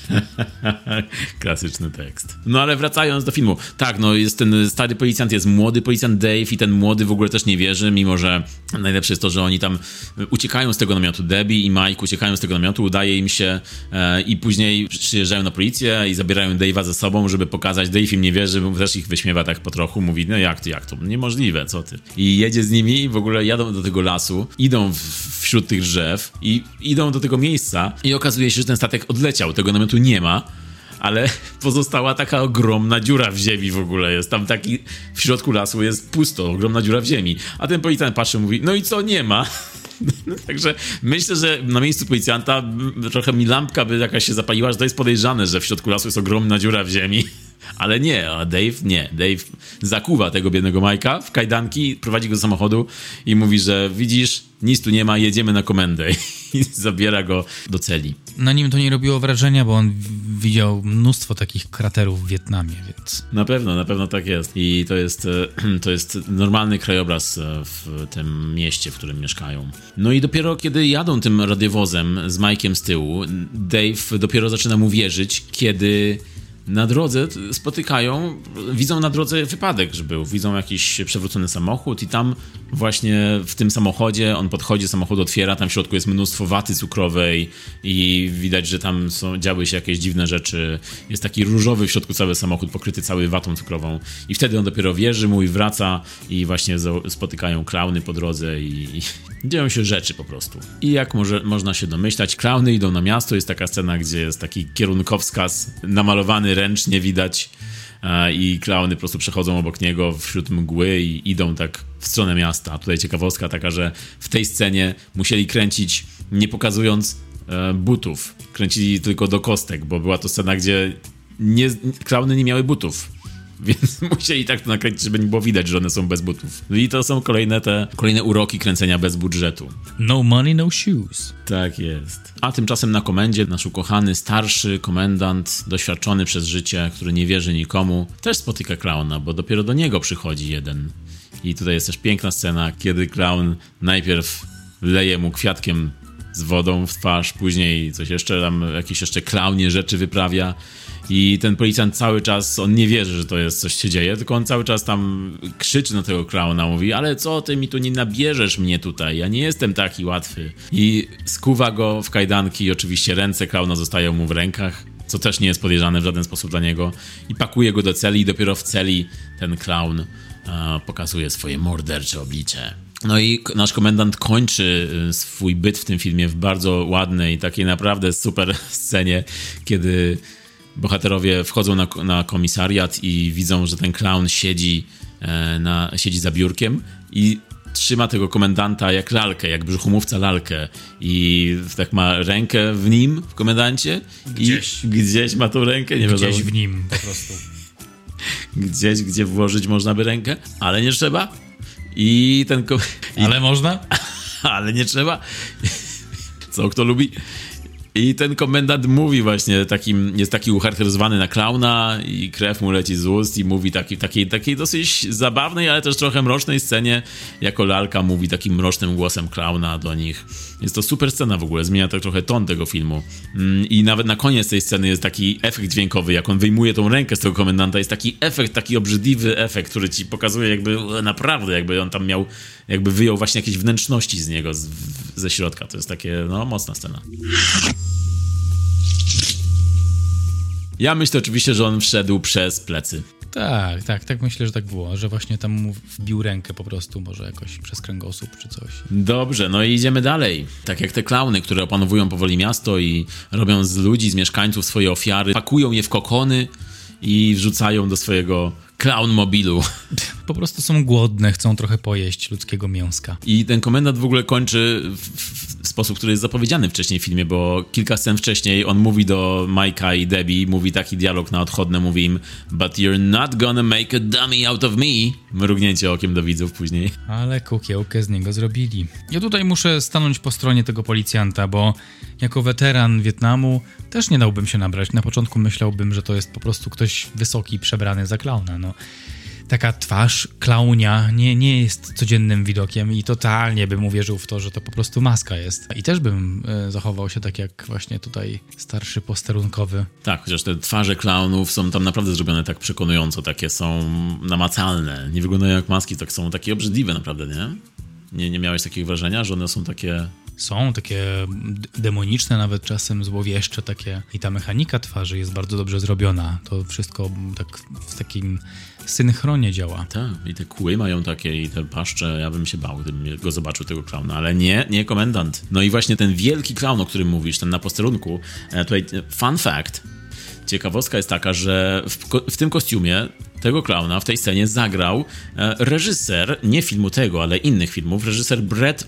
[SPEAKER 2] Klasyczny tekst. No ale wracając do filmu, tak, no jest ten stary policjant, jest młody policjant Dave i ten młody w ogóle też nie wierzy, mimo że najlepsze jest to, że oni tam uciekają z tego namiotu, Debbie i Mike uciekają z tego namiotu, udaje im się i później przyjeżdżają na policję i zabierają Dave'a ze sobą, żeby pokazać, Dave im nie wierzy, też ich wyśmiewa tak po trochu, mówi, no jak to, niemożliwe, co ty. I jedzie z nimi i w ogóle jadą do tego lasu, idą wśród tych drzew i idą do tego miejsca i okazuje się, że ten statek odleciał, tego namiotu nie ma, ale pozostała taka ogromna dziura w ziemi w ogóle jest. Tam taki, w środku lasu jest pusto, ogromna dziura w ziemi. A ten policjant patrzy i mówi, no i co, nie ma? Także myślę, że na miejscu policjanta trochę mi lampka by jakaś się zapaliła, że to jest podejrzane, że w środku lasu jest ogromna dziura w ziemi. Ale nie, a Dave nie. Dave zakuwa tego biednego Mike'a w kajdanki, prowadzi go do samochodu i mówi, że widzisz, nic tu nie ma, jedziemy na komendę i zabiera go do celi.
[SPEAKER 1] Na nim to nie robiło wrażenia, bo on widział mnóstwo takich kraterów w Wietnamie, więc...
[SPEAKER 2] Na pewno tak jest. I to jest normalny krajobraz w tym mieście, w którym mieszkają. No i dopiero kiedy jadą tym radiowozem z Mike'iem z tyłu, Dave dopiero zaczyna mu wierzyć, kiedy... Na drodze widzą na drodze wypadek, że był. Widzą jakiś przewrócony samochód i tam właśnie w tym samochodzie, on podchodzi, samochód otwiera, tam w środku jest mnóstwo waty cukrowej i widać, że tam działy się jakieś dziwne rzeczy. Jest taki różowy w środku cały samochód, pokryty cały watą cukrową. I wtedy on dopiero wierzy mu i wraca i właśnie spotykają klauny po drodze i dzieją się rzeczy po prostu. I jak można się domyślać, klauny idą na miasto, jest taka scena, gdzie jest taki kierunkowskaz namalowany ręcznie widać i klauny po prostu przechodzą obok niego wśród mgły i idą tak w stronę miasta. Tutaj ciekawostka taka, że w tej scenie musieli kręcić nie pokazując butów. Kręcili tylko do kostek, bo była to scena, gdzie klauny nie miały butów. Więc musieli tak to nakręcić, żeby nie było widać, że one są bez butów. I to są kolejne uroki kręcenia bez budżetu.
[SPEAKER 1] No money, no shoes.
[SPEAKER 2] Tak jest. A tymczasem na komendzie nasz ukochany, starszy komendant, doświadczony przez życie, który nie wierzy nikomu, też spotyka klauna, bo dopiero do niego przychodzi jeden. I tutaj jest też piękna scena, kiedy klaun najpierw leje mu kwiatkiem z wodą w twarz, później coś jeszcze tam, jakieś jeszcze klaunie rzeczy wyprawia. I ten policjant cały czas, on nie wierzy, że to jest, coś się dzieje, tylko on cały czas tam krzyczy na tego klauna, mówi, ale co, ty mi tu nie nabierzesz mnie tutaj, ja nie jestem taki łatwy. I skuwa go w kajdanki i oczywiście ręce klauna zostają mu w rękach, co też nie jest podejrzane w żaden sposób dla niego. I pakuje go do celi i dopiero w celi ten klaun pokazuje swoje mordercze oblicze. No i nasz komendant kończy swój byt w tym filmie w bardzo ładnej, takiej naprawdę super scenie, kiedy bohaterowie wchodzą na komisariat i widzą, że ten klaun siedzi za biurkiem i trzyma tego komendanta jak lalkę, jak brzuchomówca lalkę i tak ma rękę w nim, w komendancie. Gdzieś ma tą rękę, nie wiadomo.
[SPEAKER 1] Gdzieś w nim po prostu.
[SPEAKER 2] Gdzieś, gdzie włożyć można by rękę, ale nie trzeba. I ten
[SPEAKER 1] ale można?
[SPEAKER 2] Ale nie trzeba. Co kto lubi? I ten komendant mówi właśnie, jest taki ucharakteryzowany na klauna i krew mu leci z ust i mówi takiej dosyć zabawnej, ale też trochę mrocznej scenie, jako lalka mówi takim mrocznym głosem klauna do nich. Jest to super scena w ogóle, zmienia tak trochę ton tego filmu. I nawet na koniec tej sceny jest taki efekt dźwiękowy, jak on wyjmuje tą rękę z tego komendanta, jest taki efekt, taki obrzydliwy efekt, który ci pokazuje jakby naprawdę, jakby on tam miał, jakby wyjął właśnie jakieś wnętrzności z niego, ze środka. To jest takie, mocna scena. Ja myślę oczywiście, że on wszedł przez plecy.
[SPEAKER 1] Tak myślę, że tak było, że właśnie tam mu wbił rękę po prostu, może jakoś przez kręgosłup czy coś.
[SPEAKER 2] Dobrze, no i idziemy dalej. Tak jak te klauny, które opanowują powoli miasto i robią z ludzi, z mieszkańców swoje ofiary, pakują je w kokony i wrzucają do swojego clown mobilu.
[SPEAKER 1] po prostu są głodne, chcą trochę pojeść ludzkiego mięska.
[SPEAKER 2] I ten komendant w ogóle kończy w sposób, który jest zapowiedziany wcześniej w filmie, bo kilka scen wcześniej on mówi do Mike'a i Debbie, mówi taki dialog na odchodne, mówi im "But you're not gonna make a dummy out of me". Mrugnięcie okiem do widzów później.
[SPEAKER 1] Ale kukiełkę z niego zrobili. Ja tutaj muszę stanąć po stronie tego policjanta, bo jako weteran Wietnamu też nie dałbym się nabrać. Na początku myślałbym, że to jest po prostu ktoś wysoki, przebrany za klauna. No, taka twarz klaunia nie jest codziennym widokiem i totalnie bym uwierzył w to, że to po prostu maska jest. I też bym zachował się tak jak właśnie tutaj starszy posterunkowy.
[SPEAKER 2] Tak, chociaż te twarze klaunów są tam naprawdę zrobione tak przekonująco, takie są namacalne. Nie wyglądają jak maski, tak są takie obrzydliwe naprawdę, nie? Nie miałeś takiego wrażenia, że one są takie...
[SPEAKER 1] Są takie demoniczne, nawet czasem złowieszcze takie. I ta mechanika twarzy jest bardzo dobrze zrobiona. To wszystko tak w takim synchronie działa.
[SPEAKER 2] Tak, i te kły mają takie i te paszcze, ja bym się bał, gdybym go zobaczył, tego klauna, ale nie komendant. No i właśnie ten wielki klaun, o którym mówisz, ten na posterunku, tutaj fun fact, ciekawostka jest taka, że w tym kostiumie tego klauna w tej scenie zagrał reżyser, nie filmu tego, ale innych filmów, reżyser Brett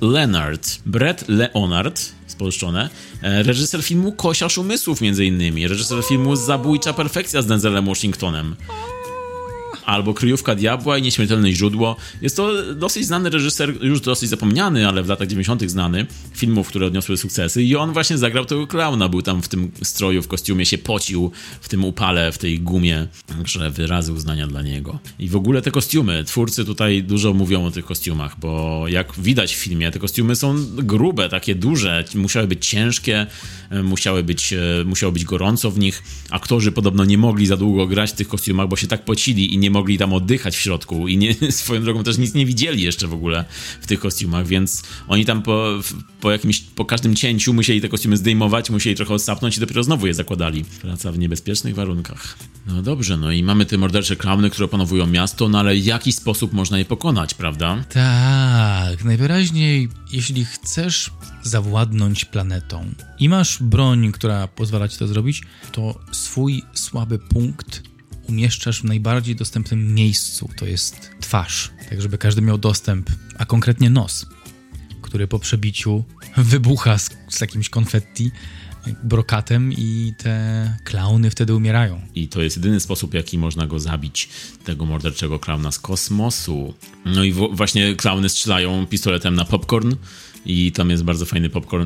[SPEAKER 2] Leonard, spolszczone, reżyser filmu Kosiarz umysłów między innymi, reżyser filmu Zabójcza perfekcja z Denzelem Washingtonem. Albo Kryjówka diabła i Nieśmiertelne źródło. Jest to dosyć znany reżyser, już dosyć zapomniany, ale w latach 90. znany, filmów, które odniosły sukcesy i on właśnie zagrał tego klauna. Był tam w tym stroju, w kostiumie, się pocił w tym upale, w tej gumie, także wyrazy uznania dla niego. I w ogóle te kostiumy, twórcy tutaj dużo mówią o tych kostiumach, bo jak widać w filmie, te kostiumy są grube, takie duże, musiały być ciężkie, musiało być gorąco w nich. Aktorzy podobno nie mogli za długo grać w tych kostiumach, bo się tak pocili i nie mogli tam oddychać w środku i swoją drogą też nic nie widzieli jeszcze w ogóle w tych kostiumach, więc oni tam po każdym cięciu musieli te kostiumy zdejmować, musieli trochę odsapnąć i dopiero znowu je zakładali. Praca w niebezpiecznych warunkach. No dobrze, no i mamy te mordercze klauny, które opanowują miasto, no ale w jaki sposób można je pokonać, prawda?
[SPEAKER 1] Tak, najwyraźniej jeśli chcesz zawładnąć planetą i masz broń, która pozwala ci to zrobić, to swój słaby punkt umieszczasz w najbardziej dostępnym miejscu, to jest twarz, tak żeby każdy miał dostęp, a konkretnie nos, który po przebiciu wybucha z jakimś konfetti, brokatem i te klauny wtedy umierają.
[SPEAKER 2] I to jest jedyny sposób, jaki można go zabić, tego morderczego klauna z kosmosu. No i właśnie klauny strzelają pistoletem na popcorn i tam jest bardzo fajny popcorn.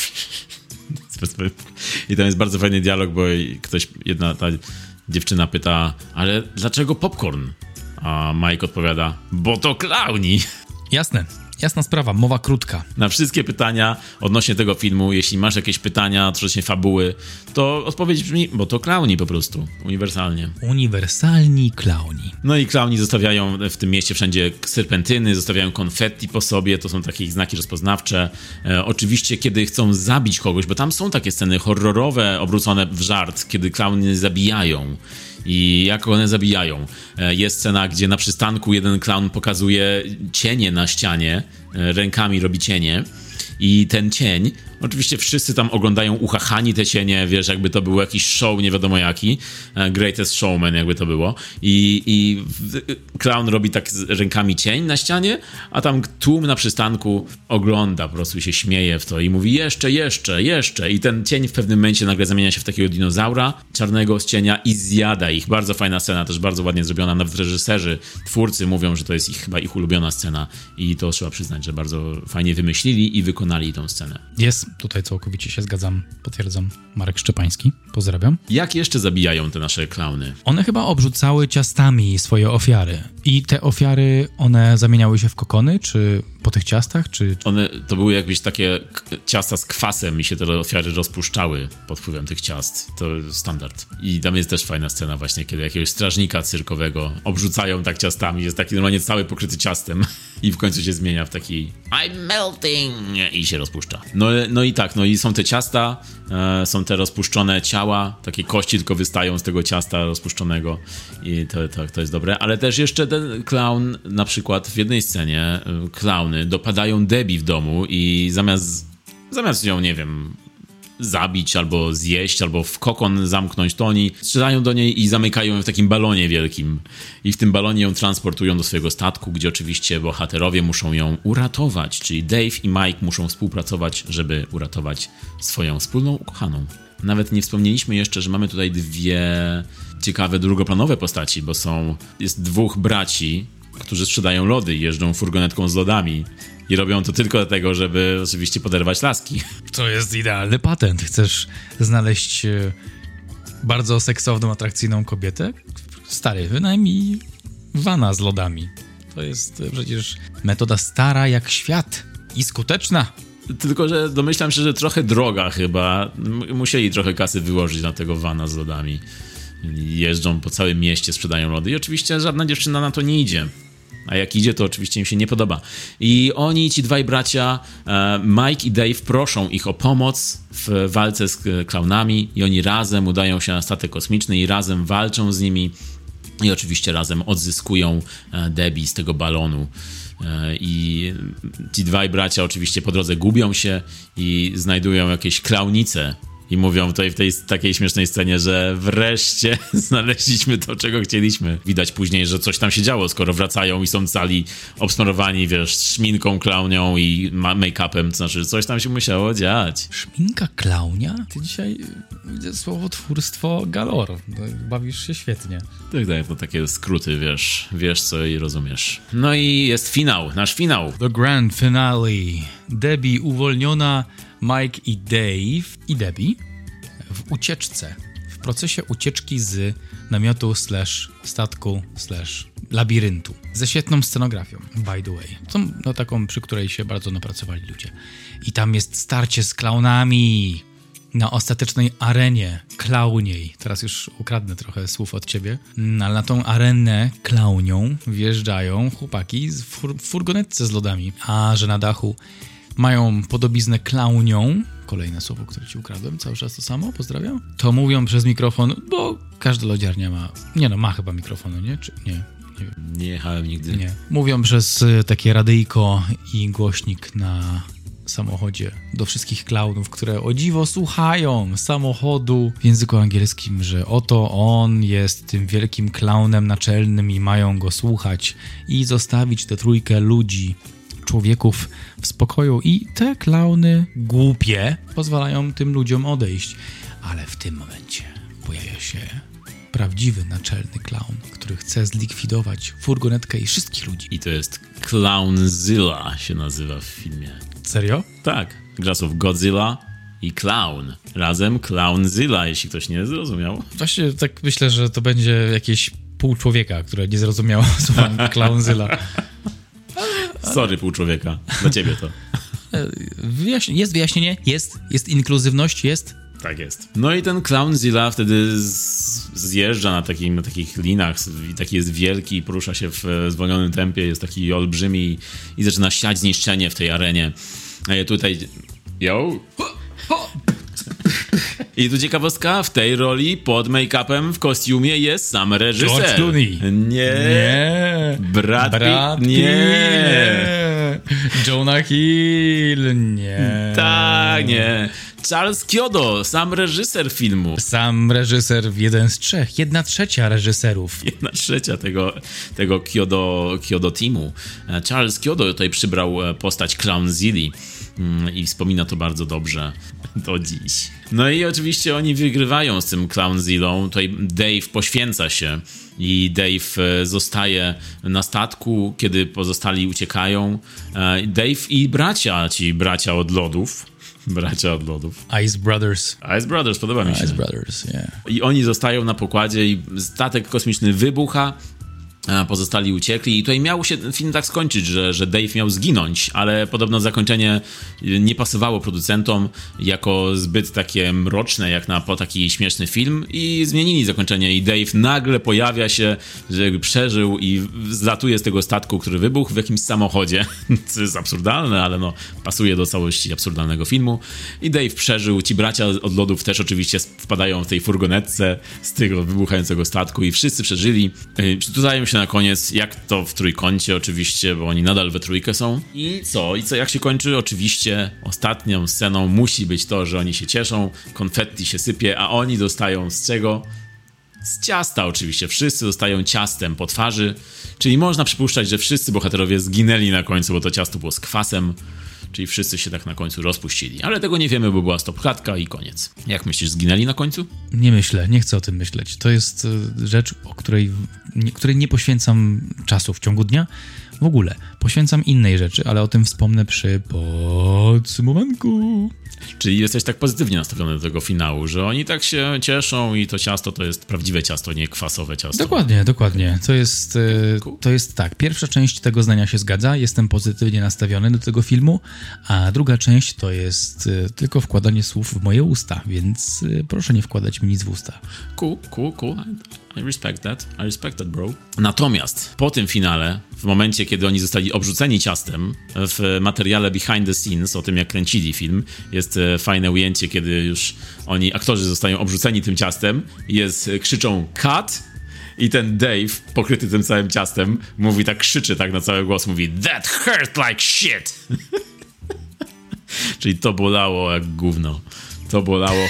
[SPEAKER 2] I tam jest bardzo fajny dialog, bo ta dziewczyna pyta, ale dlaczego popcorn? A Mike odpowiada, bo to klauni.
[SPEAKER 1] Jasna sprawa, mowa krótka.
[SPEAKER 2] Na wszystkie pytania odnośnie tego filmu, jeśli masz jakieś pytania odnośnie fabuły, to odpowiedź brzmi, bo to klauni po prostu, uniwersalnie.
[SPEAKER 1] Uniwersalni klauni.
[SPEAKER 2] No i klauni zostawiają w tym mieście wszędzie serpentyny, zostawiają konfetti po sobie, to są takie ich znaki rozpoznawcze. Oczywiście, kiedy chcą zabić kogoś, bo tam są takie sceny horrorowe, obrócone w żart, kiedy klauny zabijają. I jak one zabijają? Jest scena, gdzie na przystanku jeden klaun pokazuje cienie na ścianie, rękami robi cienie i ten cień, oczywiście wszyscy tam oglądają uchachani te cienie, wiesz, jakby to był jakiś show, nie wiadomo jaki, Greatest Showman jakby to było i klaun robi tak z rękami cień na ścianie, a tam tłum na przystanku ogląda, po prostu się śmieje w to i mówi jeszcze i ten cień w pewnym momencie nagle zamienia się w takiego dinozaura czarnego z cienia i zjada ich. Bardzo fajna scena, też bardzo ładnie zrobiona, nawet reżyserzy, twórcy mówią, że to jest chyba ich ulubiona scena i to trzeba przyznać, że bardzo fajnie wymyślili i wykonali tą scenę.
[SPEAKER 1] Jest, tutaj całkowicie się zgadzam, potwierdzam. Marek Szczepański, pozdrawiam.
[SPEAKER 2] Jak jeszcze zabijają te nasze klauny?
[SPEAKER 1] One chyba obrzucały ciastami swoje ofiary. I te ofiary, one zamieniały się w kokony, czy po tych ciastach, czy...
[SPEAKER 2] One to były jakieś takie ciasta z kwasem i się te ofiary rozpuszczały pod wpływem tych ciast. To standard. I tam jest też fajna scena właśnie, kiedy jakiegoś strażnika cyrkowego obrzucają tak ciastami, jest taki normalnie cały pokryty ciastem i w końcu się zmienia w taki I'm melting i się rozpuszcza. No i tak, no i są te ciasta, są te rozpuszczone ciała, takie kości tylko wystają z tego ciasta rozpuszczonego i to jest dobre, ale też jeszcze ten klaun, na przykład w jednej scenie klauny dopadają Debbie w domu i zamiast ją, nie wiem, zabić, albo zjeść, albo w kokon zamknąć, to oni strzelają do niej i zamykają ją w takim balonie wielkim. I w tym balonie ją transportują do swojego statku, gdzie oczywiście bohaterowie muszą ją uratować, czyli Dave i Mike muszą współpracować, żeby uratować swoją wspólną ukochaną. Nawet nie wspomnieliśmy jeszcze, że mamy tutaj dwie ciekawe drugoplanowe postaci, bo jest dwóch braci, którzy sprzedają lody i jeżdżą furgonetką z lodami. I robią to tylko dlatego, żeby oczywiście poderwać laski.
[SPEAKER 1] To jest idealny patent. Chcesz znaleźć bardzo seksowną, atrakcyjną kobietę? Stary, wynajmij vana z lodami. To jest przecież metoda stara jak świat i skuteczna.
[SPEAKER 2] Tylko że domyślam się, że trochę droga chyba. Musieli trochę kasy wyłożyć na tego vana z lodami. Jeżdżą po całym mieście, sprzedają lody i oczywiście żadna dziewczyna na to nie idzie. A jak idzie, to oczywiście im się nie podoba. I oni, ci dwaj bracia, Mike i Dave, proszą ich o pomoc w walce z klaunami i oni razem udają się na statek kosmiczny i razem walczą z nimi i oczywiście razem odzyskują Debbie z tego balonu. I ci dwaj bracia oczywiście po drodze gubią się i znajdują jakieś klaunice. I mówią tutaj w tej takiej śmiesznej scenie, że wreszcie znaleźliśmy to, czego chcieliśmy. Widać później, że coś tam się działo, skoro wracają i są cali obsmarowani, szminką klaunią i make-upem, to znaczy, że coś tam się musiało dziać.
[SPEAKER 1] Szminka klaunia? Ty dzisiaj widzę słowotwórstwo galore. Bawisz się świetnie.
[SPEAKER 2] Tak, to takie skróty, wiesz co i rozumiesz. No i jest finał, nasz finał.
[SPEAKER 1] The grand finale. Debbie uwolniona, Mike i Dave i Debbie w ucieczce, w procesie ucieczki z namiotu /statku /labiryntu. Ze świetną scenografią, by the way. Taką, przy której się bardzo napracowali ludzie. I tam jest starcie z klaunami na ostatecznej arenie klauniej. Teraz już ukradnę trochę słów od ciebie. Ale na tą arenę klaunią wjeżdżają chłopaki w furgonetce z lodami. A że na dachu mają podobiznę klaunią, kolejne słowo, które ci ukradłem, cały czas to samo, pozdrawiam, to mówią przez mikrofon, bo każda lodziarnia ma chyba mikrofonu, nie? Czy nie? Nie wiem.
[SPEAKER 2] Nie jechałem nigdy.
[SPEAKER 1] Nie. Mówią przez takie radyjko i głośnik na samochodzie do wszystkich klaunów, które o dziwo słuchają samochodu w języku angielskim, że oto on jest tym wielkim klaunem naczelnym i mają go słuchać i zostawić tę trójkę ludzi, człowieków w spokoju i te klauny głupie pozwalają tym ludziom odejść. Ale w tym momencie pojawia się prawdziwy naczelny klaun, który chce zlikwidować furgonetkę i wszystkich ludzi.
[SPEAKER 2] I to jest Clownzilla się nazywa w filmie.
[SPEAKER 1] Serio?
[SPEAKER 2] Tak. Gra słów Godzilla i Clown. Razem Clownzilla, jeśli ktoś nie zrozumiał.
[SPEAKER 1] Właśnie tak myślę, że to będzie jakieś pół człowieka, które nie zrozumiało słowa Clownzilla.
[SPEAKER 2] Sorry, pół człowieka. Dla ciebie to.
[SPEAKER 1] Jest wyjaśnienie, jest inkluzywność, jest.
[SPEAKER 2] Tak jest. No i ten Clownzilla wtedy zjeżdża na takich linach i taki jest wielki, porusza się w zwolnionym tempie, jest taki olbrzymi i zaczyna siać zniszczenie w tej arenie. A ja tutaj... I tu ciekawostka, w tej roli pod make-upem w kostiumie jest sam reżyser.
[SPEAKER 1] George Clooney.
[SPEAKER 2] Nie. Brad Pitt.
[SPEAKER 1] Nie. Jonah Hill. Nie.
[SPEAKER 2] Tak, nie. Charles Kyoto, sam reżyser filmu.
[SPEAKER 1] Sam reżyser, jeden z trzech, 1/3 reżyserów.
[SPEAKER 2] 1/3 tego Kyoto teamu. Charles Kyoto tutaj przybrał postać Clownzilli i wspomina to bardzo dobrze do dziś. No i oczywiście oni wygrywają z tym Clownzillą. Tutaj Dave poświęca się i Dave zostaje na statku, kiedy pozostali uciekają. Dave i ci bracia od lodów.
[SPEAKER 1] Ice Brothers.
[SPEAKER 2] Ice Brothers, podoba mi się.
[SPEAKER 1] Ice Brothers, yeah.
[SPEAKER 2] I oni zostają na pokładzie i statek kosmiczny wybucha, a pozostali uciekli i tutaj miał się ten film tak skończyć, że Dave miał zginąć, ale podobno zakończenie nie pasowało producentom jako zbyt takie mroczne jak na taki śmieszny film i zmienili zakończenie i Dave nagle pojawia się, że jakby przeżył i zlatuje z tego statku, który wybuchł w jakimś samochodzie, co jest absurdalne, ale pasuje do całości absurdalnego filmu i Dave przeżył, ci bracia od lodów też oczywiście wpadają w tej furgonetce z tego wybuchającego statku i wszyscy przeżyli. Tutaj się się na koniec, jak to w trójkącie oczywiście, bo oni nadal we trójkę są. I co, jak się kończy? Oczywiście ostatnią sceną musi być to, że oni się cieszą, konfetti się sypie, a oni dostają z czego? Z ciasta oczywiście. Wszyscy dostają ciastem po twarzy, czyli można przypuszczać, że wszyscy bohaterowie zginęli na końcu, bo to ciasto było z kwasem, czyli wszyscy się tak na końcu rozpuścili. Ale tego nie wiemy, bo była stopklatka i koniec. Jak myślisz, zginęli na końcu?
[SPEAKER 1] Nie myślę, nie chcę o tym myśleć. To jest rzecz, o której nie poświęcam czasu w ciągu dnia. W ogóle poświęcam innej rzeczy, ale o tym wspomnę przy podsumowanku.
[SPEAKER 2] Czyli jesteś tak pozytywnie nastawiony do tego finału, że oni tak się cieszą i to ciasto to jest prawdziwe ciasto, nie kwasowe ciasto.
[SPEAKER 1] Dokładnie. To jest tak. Pierwsza część tego zdania się zgadza. Jestem pozytywnie nastawiony do tego filmu, a druga część to jest tylko wkładanie słów w moje usta, więc proszę nie wkładać mi nic w usta.
[SPEAKER 2] Cool. I respect that, bro. Natomiast po tym finale, w momencie, kiedy oni zostali obrzuceni ciastem, w materiale Behind the Scenes, o tym jak kręcili film, jest fajne ujęcie, kiedy już aktorzy zostają obrzuceni tym ciastem, krzyczą cut i ten Dave, pokryty tym całym ciastem, krzyczy tak na cały głos, mówi that hurt like shit. Czyli to bolało jak gówno. To bolało...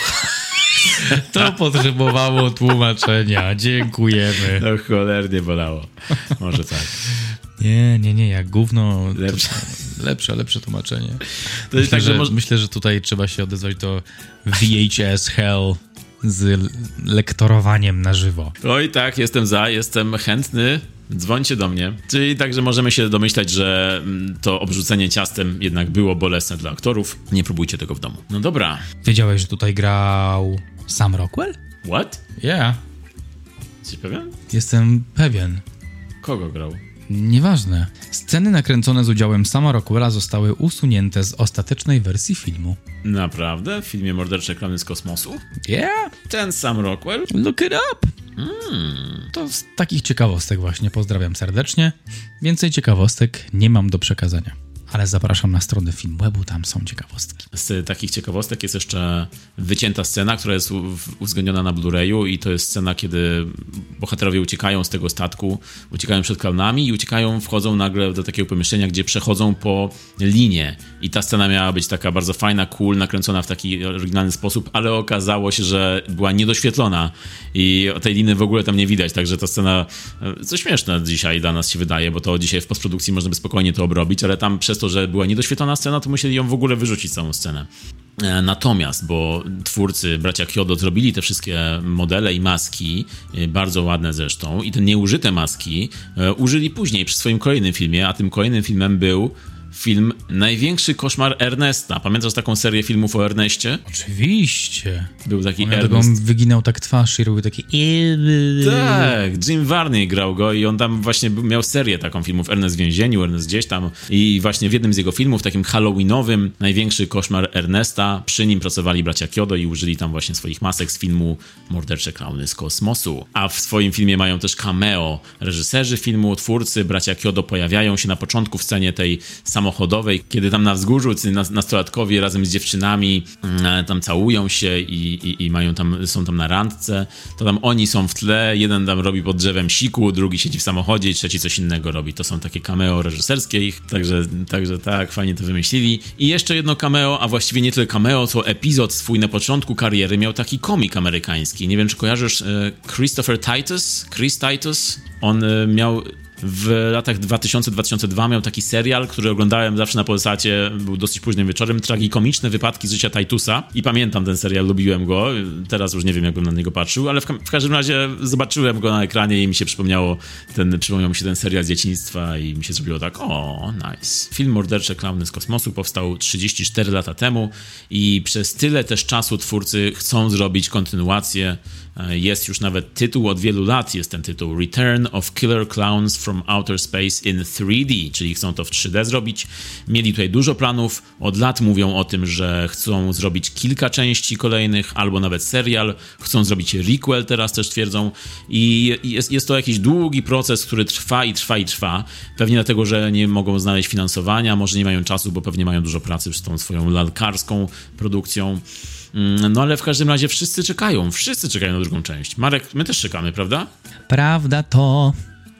[SPEAKER 1] To potrzebowało tłumaczenia. Dziękujemy.
[SPEAKER 2] To cholernie bolało. Może tak.
[SPEAKER 1] Nie, jak gówno. Lepsze tłumaczenie. Myślę, że tutaj trzeba się odezwać do VHS Hell z lektorowaniem na żywo.
[SPEAKER 2] Oj tak, jestem chętny. Dzwońcie do mnie. Czyli także możemy się domyślać, że to obrzucenie ciastem jednak było bolesne dla aktorów. Nie próbujcie tego w domu. No dobra.
[SPEAKER 1] Wiedziałeś, że tutaj grał Sam Rockwell?
[SPEAKER 2] What?
[SPEAKER 1] Yeah.
[SPEAKER 2] Jesteś pewien?
[SPEAKER 1] Jestem pewien.
[SPEAKER 2] Kogo grał?
[SPEAKER 1] Nieważne. Sceny nakręcone z udziałem Sama Rockwella zostały usunięte z ostatecznej wersji filmu.
[SPEAKER 2] Naprawdę? W filmie Mordercze Klauny z kosmosu?
[SPEAKER 1] Yeah.
[SPEAKER 2] Ten Sam Rockwell?
[SPEAKER 1] Look it up! To z takich ciekawostek właśnie. Pozdrawiam serdecznie. Więcej ciekawostek nie mam do przekazania. Ale zapraszam na stronę Filmwebu, tam są ciekawostki.
[SPEAKER 2] Z takich ciekawostek jest jeszcze wycięta scena, która jest uwzględniona na Blu-rayu i to jest scena, kiedy bohaterowie uciekają z tego statku, uciekają przed klaunami i wchodzą nagle do takiego pomieszczenia, gdzie przechodzą po linie. I ta scena miała być taka bardzo fajna, cool, nakręcona w taki oryginalny sposób, ale okazało się, że była niedoświetlona i tej liny w ogóle tam nie widać, także ta scena, co śmieszne dzisiaj dla nas się wydaje, bo to dzisiaj w postprodukcji można by spokojnie to obrobić, ale tam przez to, że była niedoświetlona scena, to musieli ją w ogóle wyrzucić, całą scenę. Natomiast, bo twórcy, bracia Kyodo, zrobili te wszystkie modele i maski, bardzo ładne zresztą, i te nieużyte maski użyli później przy swoim kolejnym filmie, a tym kolejnym filmem był film Największy koszmar Ernesta. Pamiętasz taką serię filmów o Erneście?
[SPEAKER 1] Oczywiście.
[SPEAKER 2] Był taki
[SPEAKER 1] Ernest. On wyginał tak twarz i robił takie...
[SPEAKER 2] Tak, Jim Varney grał go i on tam właśnie miał serię taką filmów Ernest w więzieniu, Ernest gdzieś tam i właśnie w jednym z jego filmów, takim halloweenowym, Największy koszmar Ernesta, przy nim pracowali bracia Kyodo i użyli tam właśnie swoich masek z filmu Mordercze Klauny z kosmosu. A w swoim filmie mają też cameo reżyserzy filmu, twórcy, bracia Kyodo pojawiają się na początku w scenie tej samochodowej, kiedy tam na wzgórzu nastolatkowie razem z dziewczynami tam całują się i są tam na randce, to tam oni są w tle, jeden tam robi pod drzewem siku, drugi siedzi w samochodzie i trzeci coś innego robi. To są takie cameo reżyserskie ich, także tak, fajnie to wymyślili. I jeszcze jedno cameo, a właściwie nie tyle cameo, co epizod swój na początku kariery miał taki komik amerykański. Nie wiem, czy kojarzysz Chris Titus? On miał w latach 2000-2002 miał taki serial, który oglądałem zawsze na Polsacie, był dosyć późnym wieczorem, Tragikomiczne wypadki z życia Titusa i pamiętam ten serial, lubiłem go, teraz już nie wiem, jakbym na niego patrzył, ale w każdym razie zobaczyłem go na ekranie i mi się przypomniał mi się ten serial z dzieciństwa i mi się zrobiło tak, nice. Film Mordercze Klauny z kosmosu powstał 34 lata temu i przez tyle też czasu twórcy chcą zrobić kontynuację. Jest już nawet tytuł, od wielu lat jest ten tytuł, Return of Killer Clowns from Outer Space in 3D, czyli chcą to w 3D zrobić. Mieli tutaj dużo planów, od lat mówią o tym, że chcą zrobić kilka części kolejnych, albo nawet serial, chcą zrobić requel, teraz też twierdzą i jest to jakiś długi proces, który trwa. Pewnie dlatego, że nie mogą znaleźć finansowania, może nie mają czasu, bo pewnie mają dużo pracy z tą swoją lalkarską produkcją. No ale w każdym razie wszyscy czekają na drugą część. Marek, my też czekamy, prawda?
[SPEAKER 1] Prawda to...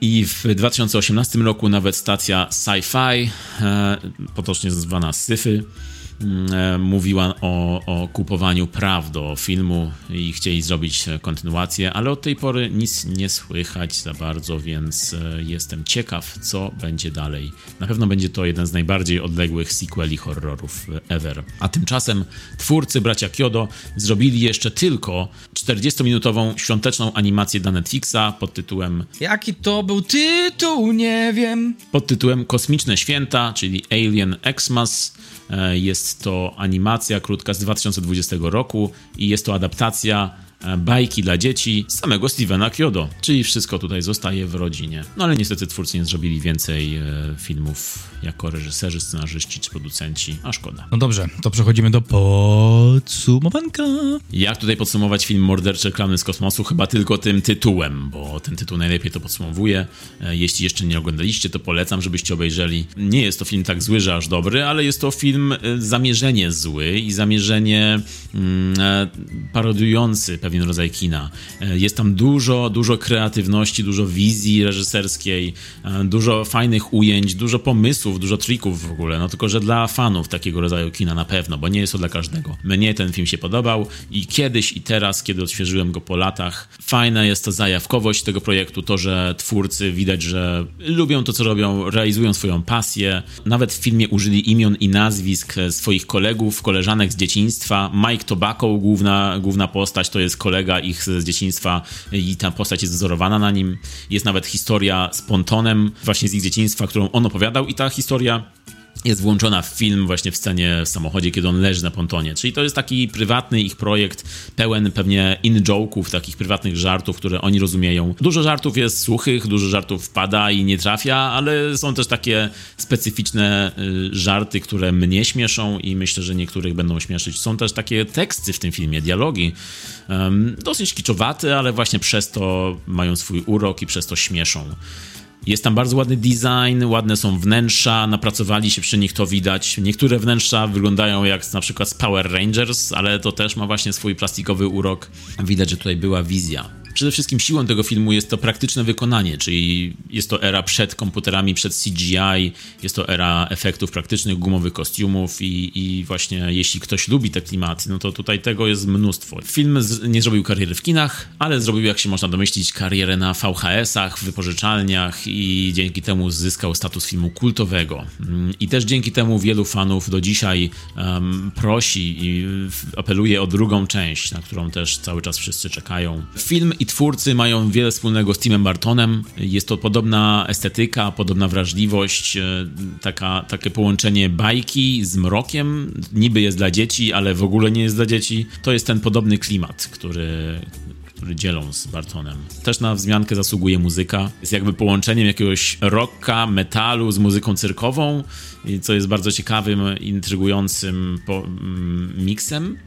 [SPEAKER 2] I w 2018 roku nawet stacja Sci-Fi, potocznie zwana Sci-Fi, mówiła o kupowaniu praw do filmu i chcieli zrobić kontynuację, ale od tej pory nic nie słychać za bardzo, więc jestem ciekaw, co będzie dalej. Na pewno będzie to jeden z najbardziej odległych sequeli horrorów ever. A tymczasem twórcy bracia Kyodo zrobili jeszcze tylko 40-minutową świąteczną animację dla Netflixa pod tytułem...
[SPEAKER 1] Jaki to był tytuł? Nie wiem.
[SPEAKER 2] Pod tytułem Kosmiczne Święta, czyli Alien Xmas. Jest to animacja krótka z 2020 roku i jest to adaptacja bajki dla dzieci samego Stevena Kyodo, czyli wszystko tutaj zostaje w rodzinie. No ale niestety twórcy nie zrobili więcej filmów jako reżyserzy, scenarzyści czy producenci, a szkoda.
[SPEAKER 1] No dobrze, to przechodzimy do podsumowanka.
[SPEAKER 2] Jak tutaj podsumować film Mordercze Klauny z kosmosu? Chyba tylko tym tytułem, bo ten tytuł najlepiej to podsumowuje. Jeśli jeszcze nie oglądaliście, to polecam, żebyście obejrzeli. Nie jest to film tak zły, że aż dobry, ale jest to film zamierzenie zły i zamierzenie parodiujący pewien rodzaj kina. Jest tam dużo kreatywności, dużo wizji reżyserskiej, dużo fajnych ujęć, dużo pomysłów, dużo trików w ogóle, no tylko, że dla fanów takiego rodzaju kina na pewno, bo nie jest to dla każdego. Mnie ten film się podobał i kiedyś i teraz, kiedy odświeżyłem go po latach, fajna jest ta zajawkowość tego projektu, to, że twórcy widać, że lubią to, co robią, realizują swoją pasję. Nawet w filmie użyli imion i nazwisk swoich kolegów, koleżanek z dzieciństwa. Mike Tobacco, główna postać, to jest kolega ich z dzieciństwa i ta postać jest wzorowana na nim. Jest nawet historia z Pontonem właśnie z ich dzieciństwa, którą on opowiadał i ta historia jest włączona w film właśnie w scenie w samochodzie, kiedy on leży na pontonie. Czyli to jest taki prywatny ich projekt, pełen pewnie in-joke'ów, takich prywatnych żartów, które oni rozumieją. Dużo żartów jest suchych, dużo żartów wpada i nie trafia, ale są też takie specyficzne żarty, które mnie śmieszą i myślę, że niektórych będą śmieszyć. Są też takie teksty w tym filmie, dialogi, dosyć kiczowate, ale właśnie przez to mają swój urok i przez to śmieszą. Jest tam bardzo ładny design, ładne są wnętrza, napracowali się przy nich, to widać. Niektóre wnętrza wyglądają jak na przykład z Power Rangers, ale to też ma właśnie swój plastikowy urok. Widać, że tutaj była wizja. Przede wszystkim siłą tego filmu jest to praktyczne wykonanie, czyli jest to era przed komputerami, przed CGI, jest to era efektów praktycznych, gumowych kostiumów i właśnie jeśli ktoś lubi te klimaty, no to tutaj tego jest mnóstwo. Film nie zrobił kariery w kinach, ale zrobił, jak się można domyślić, karierę na VHS-ach, w wypożyczalniach i dzięki temu zyskał status filmu kultowego. I też dzięki temu wielu fanów do dzisiaj prosi i apeluje o drugą część, na którą też cały czas wszyscy czekają. Film i twórcy mają wiele wspólnego z Timem Burtonem. Jest to podobna estetyka, podobna wrażliwość, takie połączenie bajki z mrokiem. Niby jest dla dzieci, ale w ogóle nie jest dla dzieci. To jest ten podobny klimat, który dzielą z Burtonem. Też na wzmiankę zasługuje muzyka. Jest jakby połączeniem jakiegoś rocka, metalu z muzyką cyrkową, co jest bardzo ciekawym, intrygującym miksem.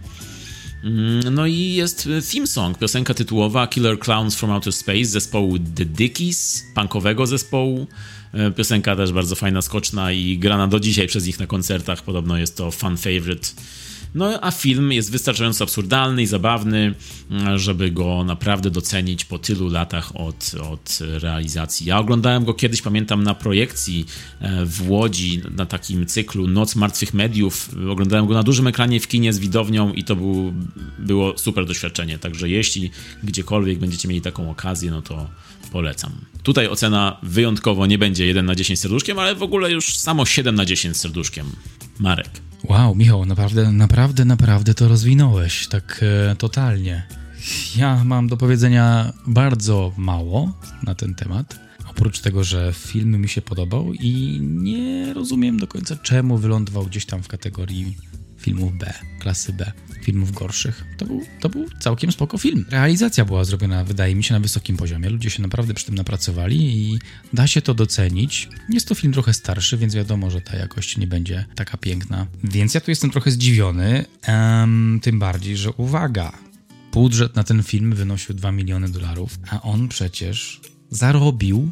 [SPEAKER 2] No i jest theme song, piosenka tytułowa Killer Clowns from Outer Space zespołu The Dickies, punkowego zespołu. Piosenka też bardzo fajna, skoczna i grana do dzisiaj przez nich na koncertach. Podobno jest to fan favorite. No a film jest wystarczająco absurdalny i zabawny, żeby go naprawdę docenić po tylu latach od realizacji. Ja oglądałem go kiedyś, pamiętam, na projekcji w Łodzi, na takim cyklu Noc Martwych Mediów. Oglądałem go na dużym ekranie w kinie z widownią i to było super doświadczenie. Także jeśli gdziekolwiek będziecie mieli taką okazję, no to polecam. Tutaj ocena wyjątkowo nie będzie 1 na 10 serduszkiem, ale w ogóle już samo 7 na 10 serduszkiem. Marek.
[SPEAKER 1] Wow, Michał, naprawdę to rozwinąłeś, tak totalnie. Ja mam do powiedzenia bardzo mało na ten temat. Oprócz tego, że film mi się podobał i nie rozumiem do końca, czemu wylądował gdzieś tam w kategorii filmów B, klasy B, filmów gorszych. To był całkiem spoko film. Realizacja była zrobiona, wydaje mi się, na wysokim poziomie. Ludzie się naprawdę przy tym napracowali i da się to docenić. Jest to film trochę starszy, więc wiadomo, że ta jakość nie będzie taka piękna. Więc ja tu jestem trochę zdziwiony, tym bardziej, że uwaga, budżet na ten film wynosił $2 miliony, a on przecież zarobił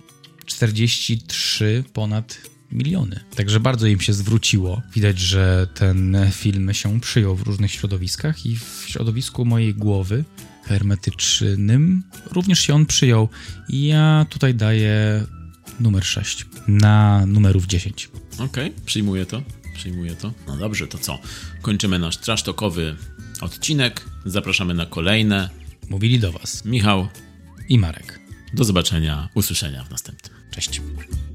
[SPEAKER 1] 43 ponad miliony. Także bardzo im się zwróciło. Widać, że ten film się przyjął w różnych środowiskach i w środowisku mojej głowy hermetycznym również się on przyjął. I ja tutaj daję numer 6 na numerów 10.
[SPEAKER 2] Okej, przyjmuję to. No dobrze, to co? Kończymy nasz trash talkowy odcinek. Zapraszamy na kolejne.
[SPEAKER 1] Mówili do was
[SPEAKER 2] Michał
[SPEAKER 1] i Marek.
[SPEAKER 2] Do zobaczenia, usłyszenia w następnym.
[SPEAKER 1] Cześć.